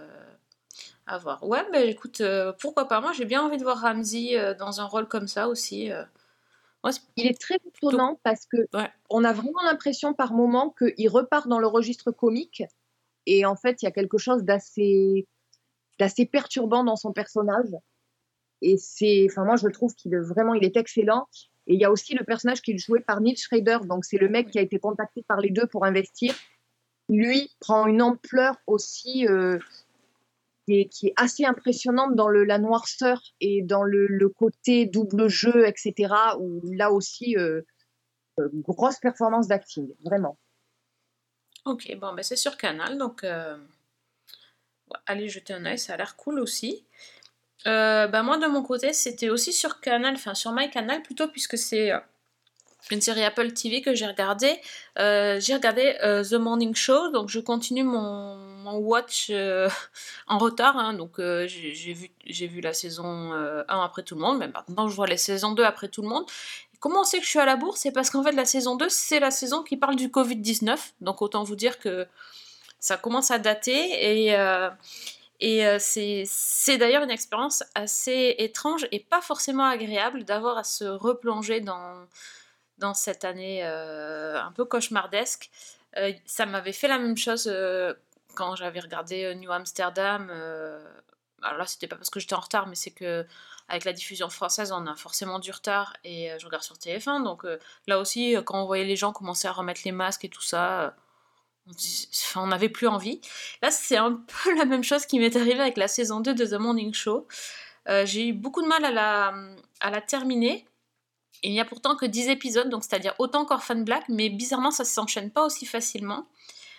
à voir. Ouais, mais écoute, pourquoi pas. Moi, j'ai bien envie de voir Ramsey dans un rôle comme ça aussi. Ouais,
il est très étonnant parce que on a vraiment l'impression par moment qu'il repart dans le registre comique et en fait, il y a quelque chose d'assez perturbant dans son personnage. Et moi, je trouve qu'il est excellent. Et il y a aussi le personnage qui est joué par Neil Schrader, donc c'est le mec qui a été contacté par les deux pour investir. Lui prend une ampleur aussi qui est assez impressionnante dans la noirceur et dans le côté double jeu, etc. Où là aussi, grosse performance d'acting, vraiment.
Ok, bon, c'est sur Canal, donc allez jeter un œil, ça a l'air cool aussi. Moi de mon côté c'était aussi sur Canal, enfin sur MyCanal plutôt, puisque c'est une série Apple TV que j'ai regardée. J'ai regardé The Morning Show, donc je continue mon watch en retard, hein, donc j'ai vu la saison 1 après tout le monde, mais maintenant je vois les saisons 2 après tout le monde. Et comment on sait que je suis à la bourre? C'est parce qu'en fait la saison 2 c'est la saison qui parle du Covid-19, donc autant vous dire que ça commence à dater et c'est d'ailleurs une expérience assez étrange et pas forcément agréable d'avoir à se replonger dans cette année un peu cauchemardesque. Ça m'avait fait la même chose quand j'avais regardé New Amsterdam. Alors là, c'était pas parce que j'étais en retard, mais c'est que avec la diffusion française, on a forcément du retard et je regarde sur TF1. Donc là aussi, quand on voyait les gens commencer à remettre les masques et tout ça... on n'avait plus envie. Là, c'est un peu la même chose qui m'est arrivée avec la saison 2 de The Morning Show. J'ai eu beaucoup de mal à la terminer. Il n'y a pourtant que 10 épisodes, donc c'est-à-dire autant qu'Orphan Black, mais bizarrement, ça ne s'enchaîne pas aussi facilement.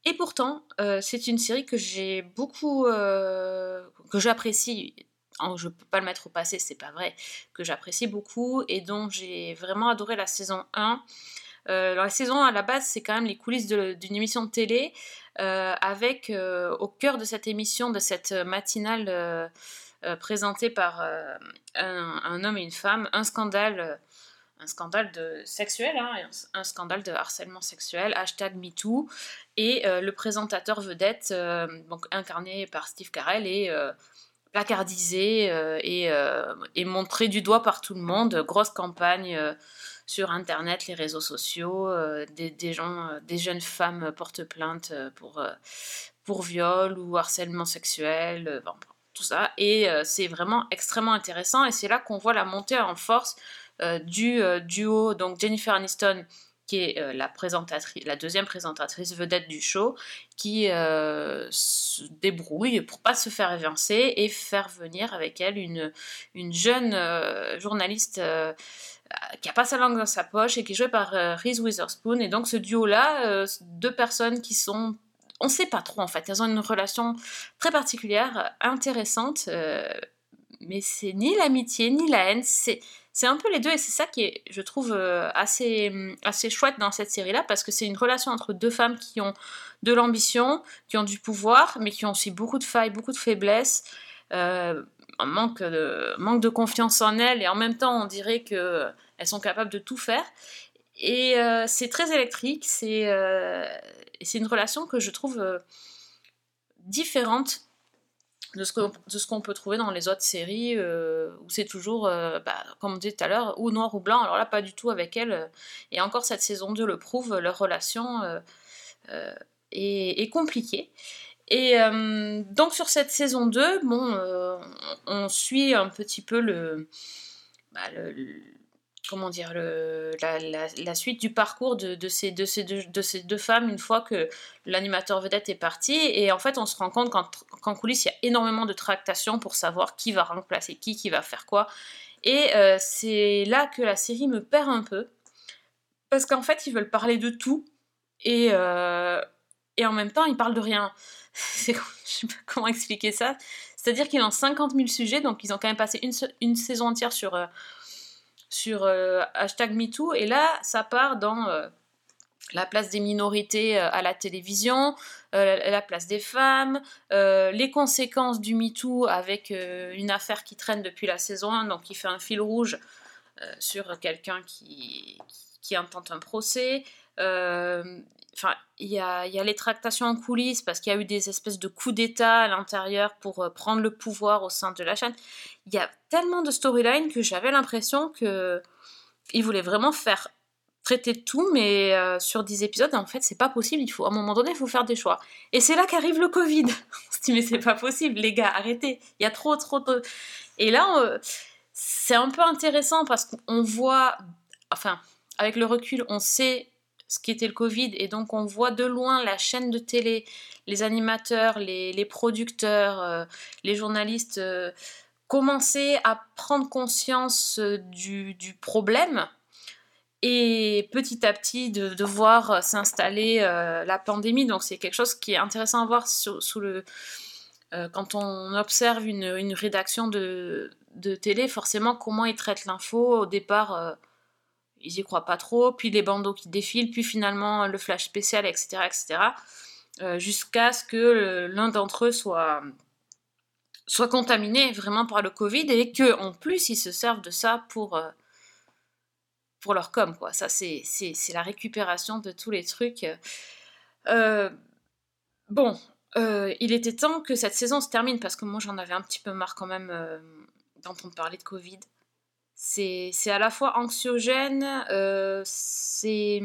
Et pourtant, c'est une série que j'ai beaucoup, que j'apprécie. Je peux pas le mettre au passé, c'est pas vrai, que j'apprécie beaucoup et dont j'ai vraiment adoré la saison 1. La saison 1, à la base, c'est quand même les coulisses d'une émission de télé, avec au cœur de cette émission, de cette matinale présentée par un homme et une femme, un scandale sexuel, hein, un scandale de harcèlement sexuel, #MeToo, et le présentateur vedette, donc incarné par Steve Carell, est placardisé et montré du doigt par tout le monde. Grosse campagne sur Internet, les réseaux sociaux, des jeunes femmes portent plainte pour viol ou harcèlement sexuel, bon, tout ça. Et c'est vraiment extrêmement intéressant, et c'est là qu'on voit la montée en force du duo, donc Jennifer Aniston, qui est la deuxième présentatrice vedette du show, qui se débrouille pour pas se faire évincer et faire venir avec elle une jeune journaliste qui a pas sa langue dans sa poche et qui est jouée par Reese Witherspoon. Et donc ce duo-là, deux personnes qui sont... On sait pas trop en fait, elles ont une relation très particulière, intéressante, mais c'est ni l'amitié ni la haine, c'est un peu les deux, et c'est ça qui est, je trouve, assez chouette dans cette série-là, parce que c'est une relation entre deux femmes qui ont de l'ambition, qui ont du pouvoir, mais qui ont aussi beaucoup de failles, beaucoup de faiblesses, un manque de confiance en elles, et en même temps, on dirait qu'elles sont capables de tout faire. Et c'est très électrique, c'est une relation que je trouve différente de ce qu'on peut trouver dans les autres séries, où c'est toujours, comme on disait tout à l'heure, ou noir ou blanc. Alors là, pas du tout avec elle. Et encore cette saison 2 le prouve, leur relation est compliquée. Et donc sur cette saison 2, on suit un petit peu comment dire, la suite du parcours de ces deux femmes une fois que l'animateur vedette est parti. Et en fait, on se rend compte qu'en coulisses, il y a énormément de tractations pour savoir qui va remplacer qui va faire quoi. Et c'est là que la série me perd un peu, parce qu'en fait, ils veulent parler de tout, et en même temps, ils parlent de rien. Je sais pas comment expliquer ça. C'est-à-dire qu'ils ont 50 000 sujets, donc ils ont quand même passé une saison entière sur #MeToo, et là ça part dans la place des minorités à la télévision, la place des femmes, les conséquences du MeToo, avec une affaire qui traîne depuis la saison 1, donc qui fait un fil rouge sur quelqu'un qui intente un procès. Enfin, il y a les tractations en coulisses, parce qu'il y a eu des espèces de coups d'état à l'intérieur pour prendre le pouvoir au sein de la chaîne. Il y a tellement de storylines que j'avais l'impression qu'ils voulaient vraiment faire traiter de tout, mais sur 10 épisodes, en fait, c'est pas possible. À un moment donné, il faut faire des choix. Et c'est là qu'arrive le Covid. On se dit, mais c'est pas possible, les gars, arrêtez. Il y a trop de... Et là, c'est un peu intéressant, parce qu'on voit... Enfin, avec le recul, on sait ce qu'était le Covid, et donc on voit de loin la chaîne de télé, les animateurs, les producteurs, les journalistes commencer à prendre conscience du problème, et petit à petit de voir s'installer la pandémie. Donc c'est quelque chose qui est intéressant à voir quand on observe une rédaction de télé, forcément comment ils traitent l'info. Au départ, ils y croient pas trop, puis les bandeaux qui défilent, puis finalement le flash spécial, etc., jusqu'à ce que l'un d'entre eux soit contaminé vraiment par le Covid, et qu'en plus ils se servent de ça pour leur com, quoi. Ça, c'est la récupération de tous les trucs. Il était temps que cette saison se termine, parce que moi j'en avais un petit peu marre quand même d'entendre parler de Covid. C'est à la fois anxiogène, c'est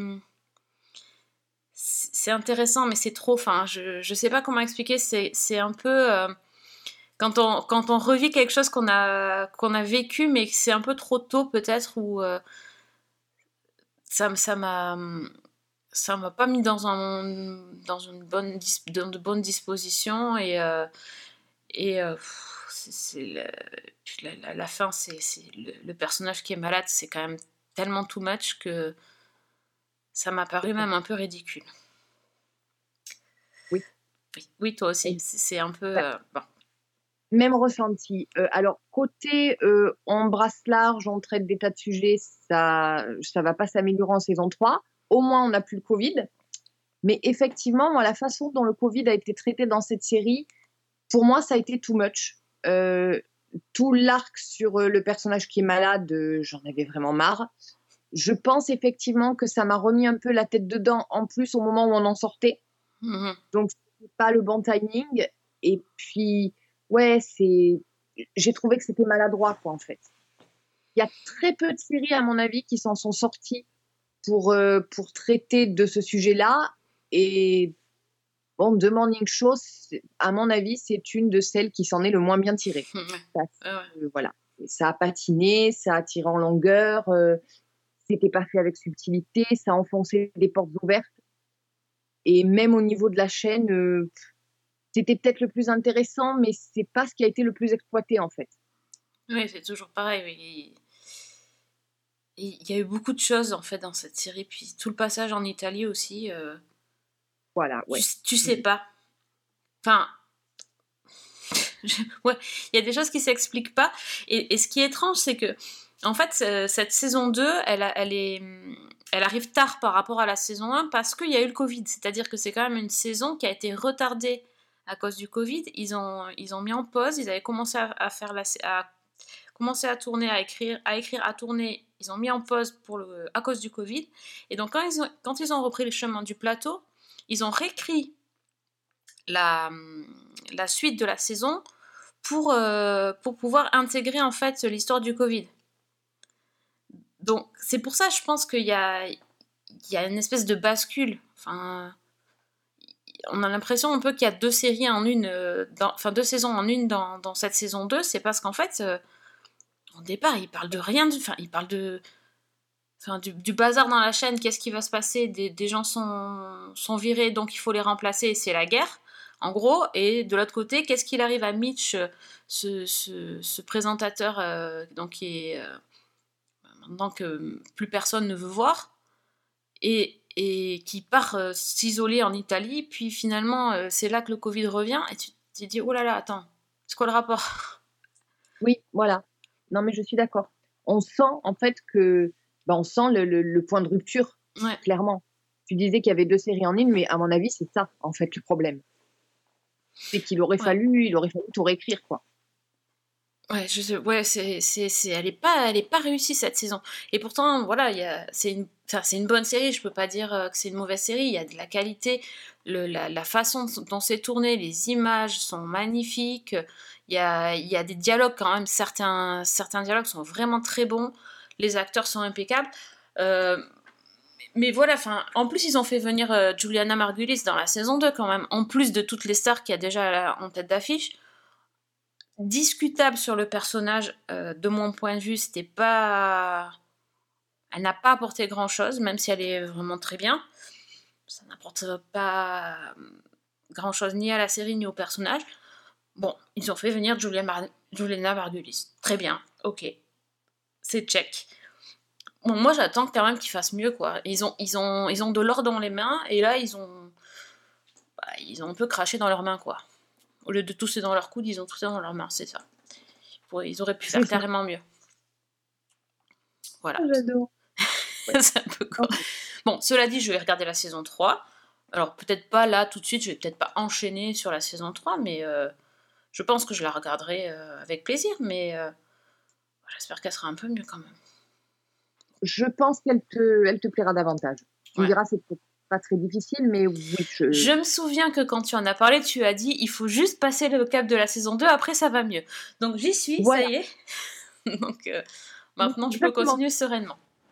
intéressant, mais c'est trop. Enfin, je sais pas comment expliquer. C'est un peu quand on revit quelque chose qu'on a vécu, mais que c'est un peu trop tôt peut-être, ou ça m'a pas mis dans de bonnes dispositions, et la fin, c'est le personnage qui est malade, c'est quand même tellement too much que ça m'a paru même un peu ridicule. Oui, toi aussi. C'est un peu... bon.
Même ressenti. Alors, côté on brasse large, on traite des tas de sujets, ça va pas s'améliorer en saison 3. Au moins, on n'a plus le Covid. Mais effectivement, moi, la façon dont le Covid a été traité dans cette série, pour moi, ça a été too much. Tout l'arc sur le personnage qui est malade, j'en avais vraiment marre. Je pense effectivement que ça m'a remis un peu la tête dedans, en plus au moment où on en sortait. Donc, c'était pas le bon timing. Et puis, ouais, j'ai trouvé que c'était maladroit, quoi, en fait. Il y a très peu de séries, à mon avis, qui s'en sont sorties pour traiter de ce sujet-là. Et bon, The Morning Show, à mon avis, c'est une de celles qui s'en est le moins bien tirée. Voilà. Ça a patiné, ça a tiré en longueur, c'était pas fait avec subtilité, ça a enfoncé des portes ouvertes. Et même au niveau de la chaîne, c'était peut-être le plus intéressant, mais c'est pas ce qui a été le plus exploité, en fait.
Oui, c'est toujours pareil. Il y a eu beaucoup de choses, en fait, dans cette série. Puis tout le passage en Italie aussi...
Voilà, ouais.
Tu sais pas. Enfin, ouais, il y a des choses qui s'expliquent pas. Et ce qui est étrange, c'est que, en fait, cette saison 2, elle arrive tard par rapport à la saison 1 parce qu'il y a eu le Covid. C'est-à-dire que c'est quand même une saison qui a été retardée à cause du Covid. Ils ont mis en pause. Ils avaient commencé à tourner, à écrire, à tourner. Ils ont mis en pause à cause du Covid. Et donc, quand ils ont repris le chemin du plateau, ils ont réécrit la suite de la saison pour pouvoir intégrer en fait l'histoire du Covid. Donc c'est pour ça, je pense qu'il y a une espèce de bascule. Enfin, on a l'impression un peu qu'il y a deux séries en une, deux saisons en une dans cette saison 2. C'est parce qu'en fait, au départ, ils parlent de rien. Ils parlent du bazar dans la chaîne, qu'est-ce qui va se passer, des gens sont virés, donc il faut les remplacer, c'est la guerre, en gros. Et de l'autre côté, qu'est-ce qu'il arrive à Mitch, ce présentateur donc qui est maintenant que plus personne ne veut voir, et qui part s'isoler en Italie, puis finalement, c'est là que le Covid revient, et tu te dis, oh là là, attends, c'est quoi le rapport ?
Oui, voilà. Non, mais je suis d'accord. On sent, en fait, que... on sent le point de rupture, clairement. Tu disais qu'il y avait deux séries en une, mais à mon avis, c'est ça, en fait, le problème. C'est qu'il aurait fallu tout réécrire, quoi.
Ouais, elle est pas réussie cette saison. Et pourtant, voilà, c'est une bonne série. Je peux pas dire que c'est une mauvaise série. Il y a de la qualité, la façon dont c'est tourné, les images sont magnifiques. Il y a des dialogues quand même. Certains dialogues sont vraiment très bons. Les acteurs sont impeccables. Mais voilà, en plus, ils ont fait venir Juliana Margulies dans la saison 2 quand même. En plus de toutes les stars qu'il y a déjà en tête d'affiche. Discutable sur le personnage, de mon point de vue, c'était pas... Elle n'a pas apporté grand-chose, même si elle est vraiment très bien. Ça n'apporte pas grand-chose ni à la série ni au personnage. Bon, ils ont fait venir Juliana Margulies. Très bien, ok. C'est check. Bon, moi j'attends quand même qu'ils fassent mieux, quoi. Ils ont de l'or dans les mains, et là ils ont un peu craché dans leurs mains, quoi. Au lieu de tousser dans leurs coudes, ils ont toussé dans leurs mains, c'est ça. Ils auraient pu faire carrément mieux. Voilà.
J'adore.
C'est un peu con. Bon, cela dit, je vais regarder la saison 3. Alors peut-être pas là tout de suite, je vais peut-être pas enchaîner sur la saison 3, mais je pense que je la regarderai avec plaisir, mais j'espère qu'elle sera un peu mieux quand même.
Je pense qu'elle te plaira davantage. Tu me diras, c'est peut-être pas très difficile, mais oui.
Je me souviens que quand tu en as parlé, tu as dit il faut juste passer le cap de la saison 2, après ça va mieux. Donc j'y suis, voilà. Ça y est. Donc maintenant je peux continuer sereinement.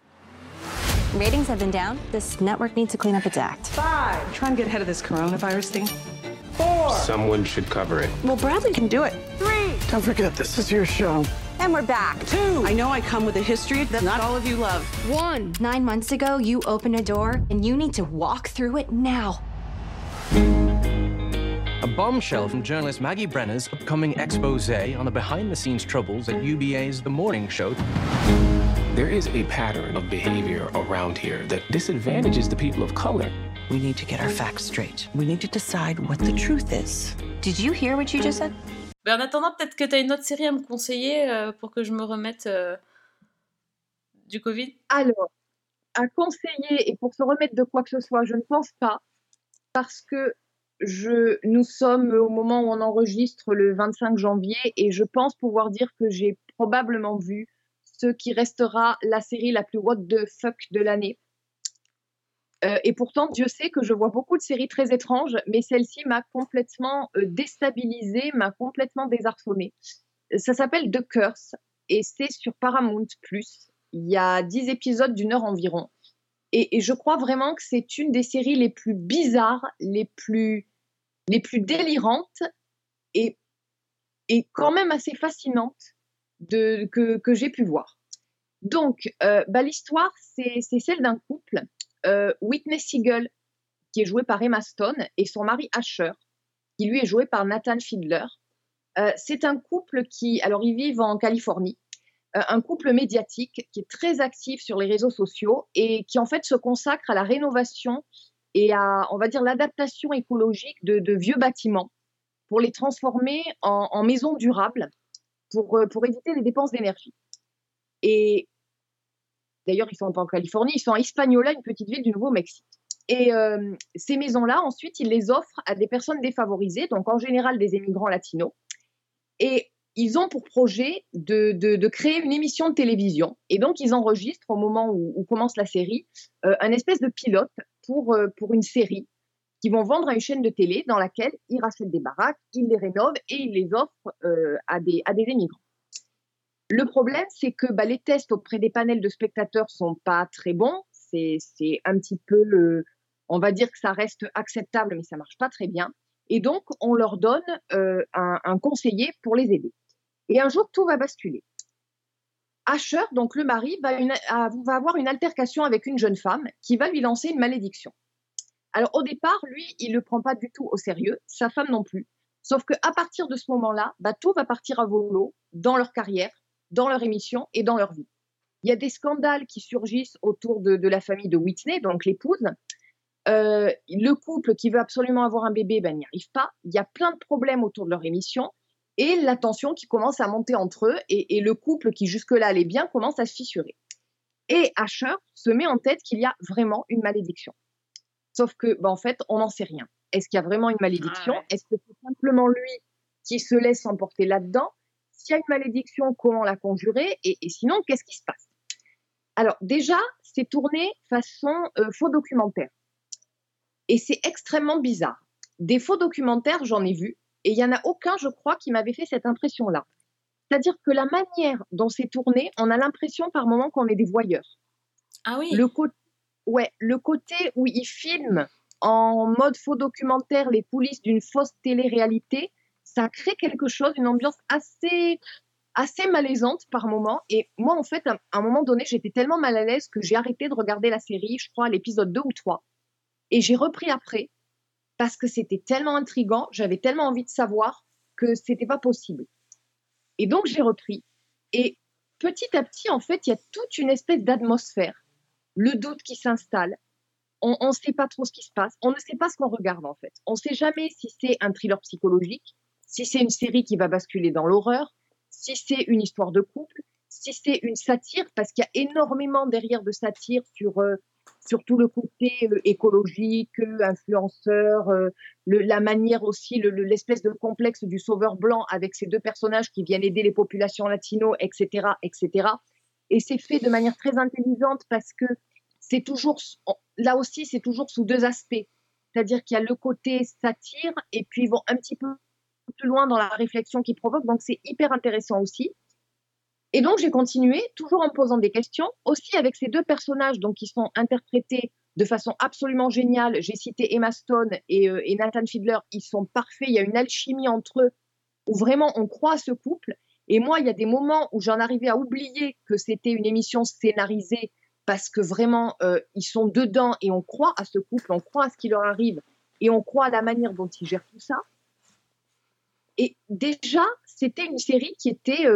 Ratings have been down. This network needs to clean up its act.
5. Try and get ahead of this coronavirus thing. 4.
Someone should cover it.
Well, Bradley can do it. 3.
Don't forget, this is your show.
And we're back.
2. I know I come with a history that not all of you love.
1. 9 months ago, you opened a door, and you need to walk through it now.
A bombshell from journalist Maggie Brenner's upcoming expose on the behind-the-scenes troubles at UBA's The Morning Show.
There is a pattern of behavior around here that disadvantages the people of color.
We need to get our facts straight. We need to decide what the truth is.
Did you hear what you just said?
En attendant, peut-être que tu as une autre série à me conseiller pour que je me remette du Covid.
Alors, à conseiller et pour se remettre de quoi que ce soit, je ne pense pas, parce que nous sommes au moment où on enregistre le 25 janvier et je pense pouvoir dire que j'ai probablement vu ce qui restera la série la plus what the fuck de l'année. Et pourtant, Dieu sait que je vois beaucoup de séries très étranges, mais celle-ci m'a complètement déstabilisée, m'a complètement désarçonnée. Ça s'appelle The Curse et c'est sur Paramount+. Il y a 10 épisodes d'1 heure environ. Et je crois vraiment que c'est une des séries les plus bizarres, les plus délirantes et quand même assez fascinantes que j'ai pu voir. Donc, l'histoire, c'est celle d'un couple, Whitney Siegel, qui est jouée par Emma Stone, et son mari Asher, qui lui est joué par Nathan Fielder. C'est un couple alors ils vivent en Californie, un couple médiatique qui est très actif sur les réseaux sociaux et qui en fait se consacre à la rénovation et à, on va dire, l'adaptation écologique de vieux bâtiments pour les transformer en maisons durables pour éviter les dépenses d'énergie. Et d'ailleurs, ils ne sont pas en Californie, ils sont à Hispaniola, une petite ville du Nouveau-Mexique. Et ces maisons-là, ensuite, ils les offrent à des personnes défavorisées, donc en général des immigrants latinos. Et ils ont pour projet de créer une émission de télévision. Et donc, ils enregistrent au moment où commence la série un espèce de pilote pour une série qu'ils vont vendre à une chaîne de télé dans laquelle ils rachètent des baraques, ils les rénovent et ils les offrent à des immigrants. Le problème, c'est que les tests auprès des panels de spectateurs sont pas très bons. C'est un petit peu, on va dire que ça reste acceptable, mais ça marche pas très bien. Et donc, on leur donne un conseiller pour les aider. Et un jour, tout va basculer. Asher, donc le mari, va avoir une altercation avec une jeune femme qui va lui lancer une malédiction. Alors au départ, lui, il ne le prend pas du tout au sérieux, sa femme non plus. Sauf qu'à partir de ce moment-là, tout va partir à volo dans leur carrière, dans leur émission et dans leur vie. Il y a des scandales qui surgissent autour de la famille de Whitney, donc l'épouse. Le couple qui veut absolument avoir un bébé, n'y arrive pas. Il y a plein de problèmes autour de leur émission et la tension qui commence à monter entre eux et le couple qui jusque-là allait bien commence à se fissurer. Et Asher se met en tête qu'il y a vraiment une malédiction. Sauf que, en fait, on n'en sait rien. Est-ce qu'il y a vraiment une malédiction ? Est-ce que c'est simplement lui qui se laisse emporter là-dedans ? S'il y a une malédiction, comment la conjurer ? Et sinon, qu'est-ce qui se passe ? Alors déjà, c'est tourné façon faux documentaire. Et c'est extrêmement bizarre. Des faux documentaires, j'en ai vu, et il n'y en a aucun, je crois, qui m'avait fait cette impression-là. C'est-à-dire que la manière dont c'est tourné, on a l'impression par moments qu'on est des voyeurs.
Ah oui.
Le côté où ils filment en mode faux documentaire les coulisses d'une fausse télé-réalité, ça crée quelque chose, une ambiance assez malaisante par moments. Et moi, en fait, à un moment donné, j'étais tellement mal à l'aise que j'ai arrêté de regarder la série, je crois, à l'épisode 2 ou 3. Et j'ai repris après, parce que c'était tellement intriguant, j'avais tellement envie de savoir que c'était pas possible. Et donc, j'ai repris. Et petit à petit, en fait, il y a toute une espèce d'atmosphère. Le doute qui s'installe. On ne sait pas trop ce qui se passe. On ne sait pas ce qu'on regarde, en fait. On ne sait jamais si c'est un thriller psychologique, si c'est une série qui va basculer dans l'horreur, si c'est une histoire de couple, si c'est une satire, parce qu'il y a énormément derrière de satire sur tout le côté écologique, influenceur, la manière aussi, l'espèce de complexe du sauveur blanc avec ces deux personnages qui viennent aider les populations latino, etc., etc. Et c'est fait de manière très intelligente parce que c'est toujours, là aussi, c'est toujours sous deux aspects. C'est-à-dire qu'il y a le côté satire et puis ils vont un petit peu plus loin dans la réflexion qu'ils provoquent. Donc, c'est hyper intéressant aussi. Et donc, j'ai continué, toujours en me posant des questions, aussi avec ces deux personnages donc, qui sont interprétés de façon absolument géniale. J'ai cité Emma Stone et Nathan Fielder. Ils sont parfaits. Il y a une alchimie entre eux où vraiment on croit à ce couple. Et moi, il y a des moments où j'en arrivais à oublier que c'était une émission scénarisée parce que vraiment, ils sont dedans et on croit à ce couple, on croit à ce qui leur arrive et on croit à la manière dont ils gèrent tout ça. Et déjà, c'était une série qui était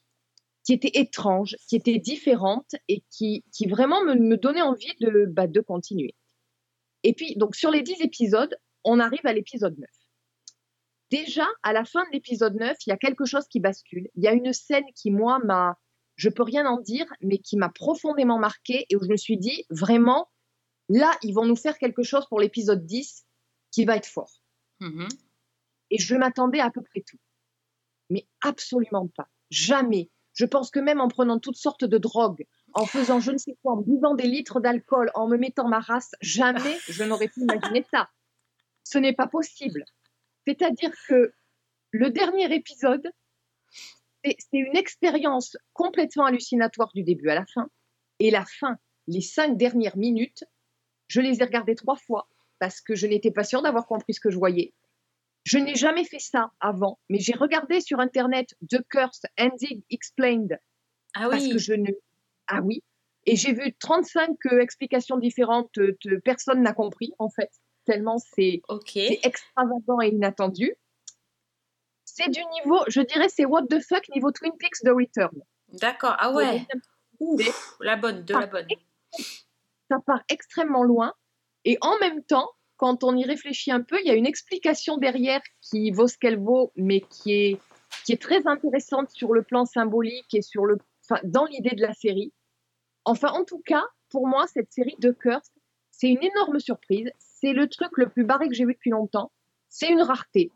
étrange, qui était différente et qui vraiment me donnait envie de continuer. Et puis, donc, sur les 10 épisodes, on arrive à l'épisode 9. Déjà, à la fin de l'épisode 9, il y a quelque chose qui bascule. Il y a une scène qui, moi, je peux rien en dire, mais qui m'a profondément marquée et où je me suis dit, vraiment, là, ils vont nous faire quelque chose pour l'épisode 10 qui va être fort.
Mhm.
Et je m'attendais à peu près tout. Mais absolument pas. Jamais. Je pense que même en prenant toutes sortes de drogues, en faisant je ne sais quoi, en buvant des litres d'alcool, en me mettant ma race, jamais je n'aurais pu imaginer ça. Ce n'est pas possible. C'est-à-dire que le dernier épisode, c'est une expérience complètement hallucinatoire du début à la fin. Et la fin, les 5 dernières minutes, je les ai regardées 3 fois parce que je n'étais pas sûre d'avoir compris ce que je voyais. Je n'ai jamais fait ça avant, mais j'ai regardé sur Internet The Curse Ending Explained.
Ah
parce
oui.
que Ah oui. Et j'ai vu 35 explications différentes. Personne n'a compris, en fait. Tellement c'est extravagant et inattendu. C'est du niveau, je dirais, c'est what the fuck niveau Twin Peaks The Return.
D'accord, ah ouais. Ouf, la bonne.
Ça part extrêmement loin. Et en même temps, quand on y réfléchit un peu, il y a une explication derrière qui vaut ce qu'elle vaut, mais qui est très intéressante sur le plan symbolique et dans l'idée de la série. Enfin, en tout cas, pour moi, cette série The Curse, c'est une énorme surprise. C'est le truc le plus barré que j'ai vu depuis longtemps. C'est une rareté.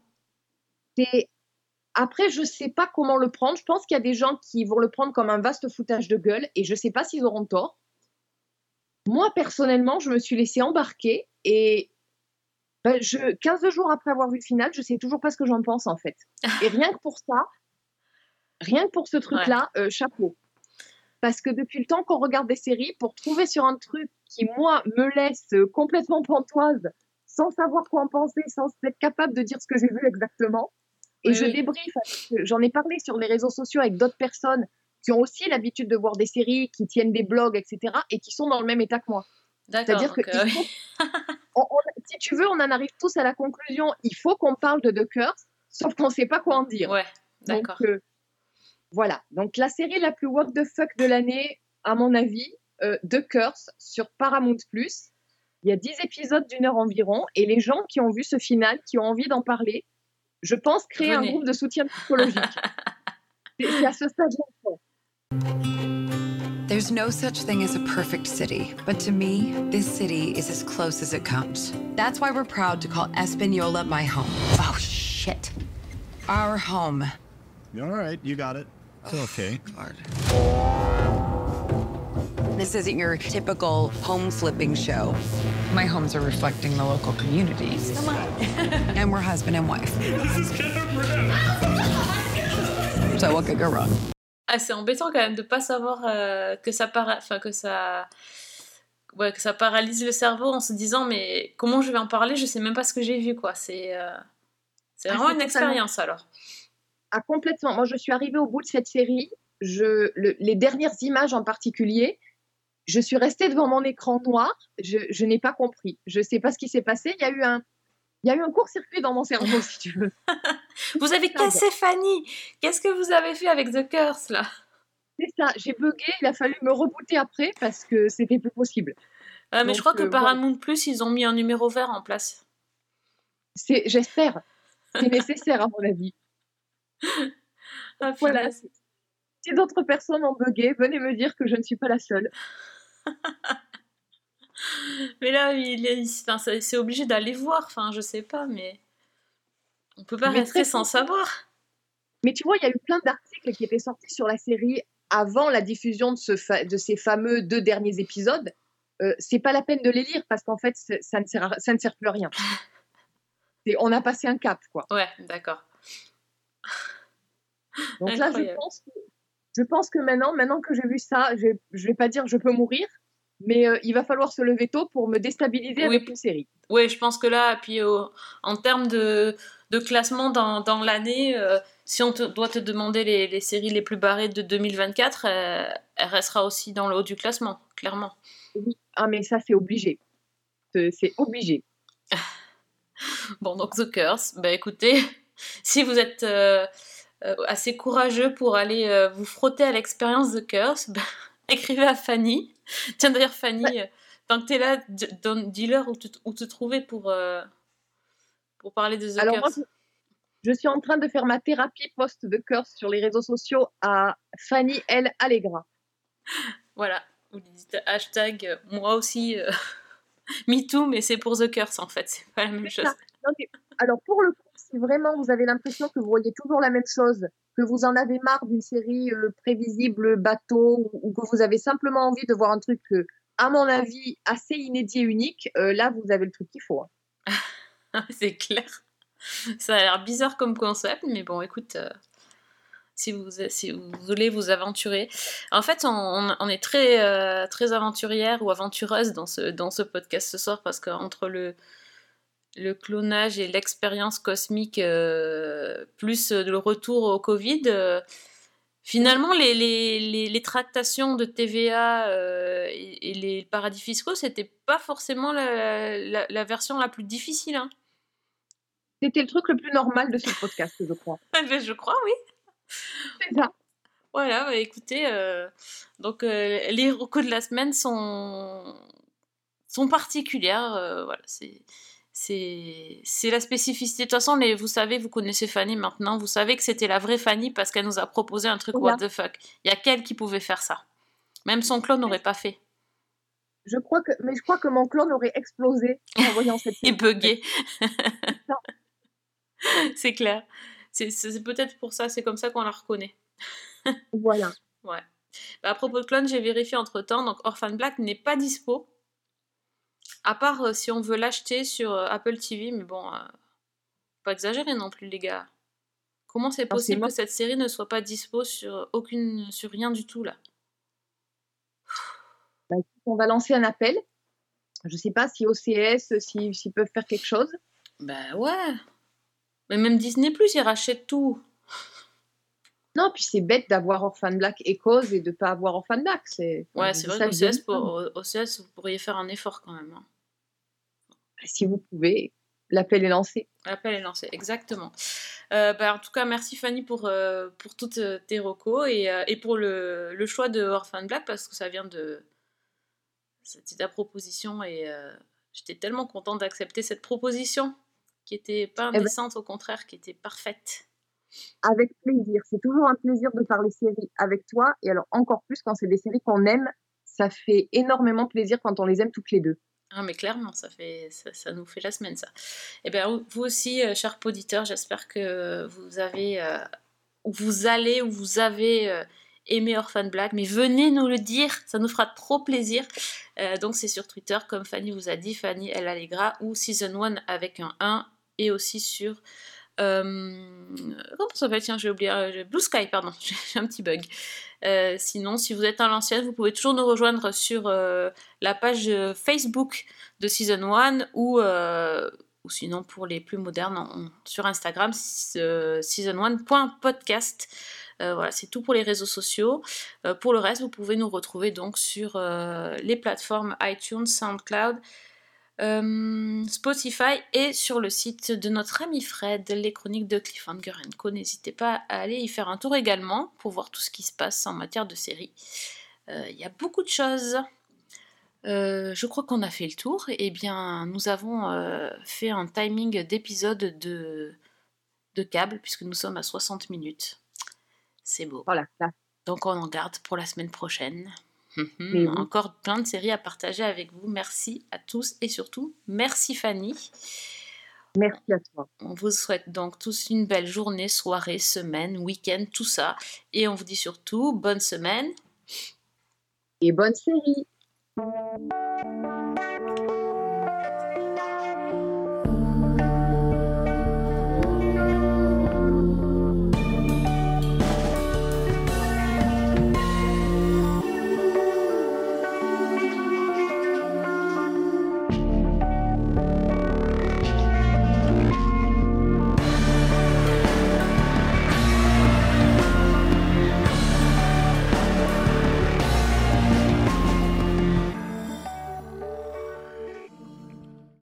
Après, je ne sais pas comment le prendre. Je pense qu'il y a des gens qui vont le prendre comme un vaste foutage de gueule et je ne sais pas s'ils auront tort. Moi, personnellement, je me suis laissée embarquer et 15 jours après avoir vu le final, je ne sais toujours pas ce que j'en pense en fait. Et rien que pour ça, rien que pour ce truc-là, chapeau. Parce que depuis le temps qu'on regarde des séries, pour trouver sur un truc qui, moi, me laisse complètement pantoise, sans savoir quoi en penser, sans être capable de dire ce que j'ai vu exactement, et je débriefe, j'en ai parlé sur les réseaux sociaux avec d'autres personnes qui ont aussi l'habitude de voir des séries, qui tiennent des blogs, etc., et qui sont dans le même état que moi.
D'accord.
C'est-à-dire que si tu veux, on en arrive tous à la conclusion, il faut qu'on parle de The Curse, sauf qu'on ne sait pas quoi en dire.
Ouais, d'accord.
Donc, voilà. Donc, la série la plus what the fuck de l'année, à mon avis, The Curse, sur Paramount+. Il y a 10 épisodes d'1 heure environ, et les gens qui ont vu ce final, qui ont envie d'en parler, je pense créer un groupe de soutien psychologique. C'est à ce stade-là.
There's no such thing as a perfect city, but to me, this city is as close as it comes. That's why we're proud to call Espanola my home. Oh, shit. Our home.
All right, you got it. It's okay.
This isn't your typical home flipping show. My homes are reflecting the local communities. Come on. And we're husband and wife.
This is kind of rad.
So what could go wrong?
Ah, c'est embêtant quand même de pas savoir que ça paralyse le cerveau en se disant mais comment je vais en parler, je sais même pas ce que j'ai vu quoi. C'est vraiment une expérience alors.
Ah, complètement. Moi je suis arrivée au bout de cette série, les dernières images en particulier, je suis restée devant mon écran noir, je n'ai pas compris. Je sais pas ce qui s'est passé, il y a eu un court-circuit dans mon cerveau, si tu veux.
Vous avez cassé Fanny. Qu'est-ce que vous avez fait avec The Curse, là?
C'est ça, j'ai bugué, il a fallu me rebooter après parce que c'était plus possible.
Mais donc, je crois que Paramount+, ils ont mis un numéro vert en place.
J'espère. C'est nécessaire, à mon avis. Voilà. Si d'autres personnes ont bugué, venez me dire que je ne suis pas la seule.
Mais là, c'est obligé d'aller voir. Enfin, je sais pas, mais on peut pas rester sans savoir.
Mais tu vois, il y a eu plein d'articles qui étaient sortis sur la série avant la diffusion de ces fameux 2 derniers épisodes. C'est pas la peine de les lire parce qu'en fait, ça ne sert plus à rien. On a passé un cap, quoi.
Ouais, d'accord.
Donc incroyable. Là, je pense que maintenant que j'ai vu ça, je vais pas dire je peux mourir, mais il va falloir se lever tôt pour me déstabiliser avec une série.
Oui, je pense que là, puis en termes de classement dans l'année, si on doit te demander les séries les plus barrées de 2024, elle restera aussi dans le haut du classement, clairement.
Oui, mais ça c'est obligé. C'est obligé.
Bon, donc The Curse, écoutez, si vous êtes assez courageux pour aller vous frotter à l'expérience The Curse, écrivez à Fanny. Tiens, d'ailleurs, Fanny, Tant que t'es là, dis-leur où te trouver pour parler de The
Alors
Curse.
moi, je suis en train de faire ma thérapie post-The Curse sur les réseaux sociaux à Fanny L. Allegra.
Voilà, vous dites hashtag moi aussi MeToo, mais c'est pour The Curse en fait, c'est pas la même chose.
Non, mais, alors pour le coup, si vraiment vous avez l'impression que vous voyez toujours la même chose, que vous en avez marre d'une série prévisible, bateau, ou que vous avez simplement envie de voir un truc, à mon avis, assez inédit et unique, là vous avez le truc qu'il faut. Hein.
C'est clair. Ça a l'air bizarre comme concept, mais bon, écoute, si vous voulez vous aventurer. En fait, on est très, très aventurière ou aventureuse dans ce podcast ce soir, parce qu'entre le clonage et l'expérience cosmique, plus le retour au Covid, finalement, les tractations de TVA et les paradis fiscaux, c'était pas forcément la version la plus difficile, hein.
C'était le truc le plus normal de ce podcast, je crois.
Je crois, oui.
C'est ça.
Voilà, bah, écoutez, donc les recos de la semaine sont particulières. Voilà, c'est la spécificité. De toute façon, vous savez, vous connaissez Fanny maintenant, vous savez que c'était la vraie Fanny parce qu'elle nous a proposé un truc what the fuck. Il y a qu'elle qui pouvait faire ça. Même son clone n'aurait pas fait.
Je crois que mon clone aurait explosé en voyant cette série.
Et bugué. C'est clair. C'est peut-être pour ça, c'est comme ça qu'on la reconnaît.
Voilà.
Ouais. Bah, à propos de clone, j'ai vérifié entre-temps, donc Orphan Black n'est pas dispo. À part si on veut l'acheter sur Apple TV, mais bon, pas exagérer non plus, les gars. Comment c'est possible que cette série ne soit pas dispo sur rien du tout, là?
Bah, on va lancer un appel. Je sais pas si OCS, s'ils peuvent faire quelque chose.
Bah ouais. Mais même Disney+, ils rachètent tout.
Non, puis c'est bête d'avoir Orphan Black et Cause et de pas avoir Orphan Black.
Ouais, c'est vrai qu'OCS, vous pourriez faire un effort quand même. Hein.
Si vous pouvez, l'appel est lancé.
L'appel est lancé, exactement. En tout cas, merci Fanny pour toutes tes recos et pour le choix de Orphan Black, parce que ça vient de... C'était ta proposition et j'étais tellement contente d'accepter cette proposition qui était pas indécente, au contraire, qui était parfaite.
Avec plaisir. C'est toujours un plaisir de parler séries avec toi. Et alors encore plus quand c'est des séries qu'on aime, ça fait énormément plaisir quand on les aime toutes les deux.
Ah mais clairement, ça nous fait la semaine, ça. Et bien vous aussi, chers auditeurs, j'espère que vous avez aimé Orphan Black, mais venez nous le dire, ça nous fera trop plaisir. Donc c'est sur Twitter, comme Fanny vous a dit, Fanny L. Allegra, ou Season 1 avec un 1, et aussi sur... comment ça s'appelle? Tiens, j'ai oublié. Blue Sky, pardon, j'ai un petit bug. Sinon, si vous êtes à l'ancienne, vous pouvez toujours nous rejoindre sur la page Facebook de Season 1 ou sinon pour les plus modernes sur Instagram, season1.podcast. Voilà, c'est tout pour les réseaux sociaux. Pour le reste, vous pouvez nous retrouver donc sur les plateformes iTunes, SoundCloud, Spotify et sur le site de notre ami Fred, les chroniques de Cliffhanger & Co. N'hésitez pas à aller y faire un tour également pour voir tout ce qui se passe en matière de séries. Il y a beaucoup de choses. Je crois qu'on a fait le tour. Eh bien, nous avons fait un timing d'épisode de câble puisque nous sommes à 60 minutes. C'est beau.
Voilà.
Donc on en garde pour la semaine prochaine.
Oui.
Encore plein de séries à partager avec vous. Merci à tous et surtout, merci Fanny.
Merci à toi.
On vous souhaite donc tous une belle journée, soirée, semaine, week-end, tout ça. Et on vous dit surtout bonne semaine.
Et bonne série.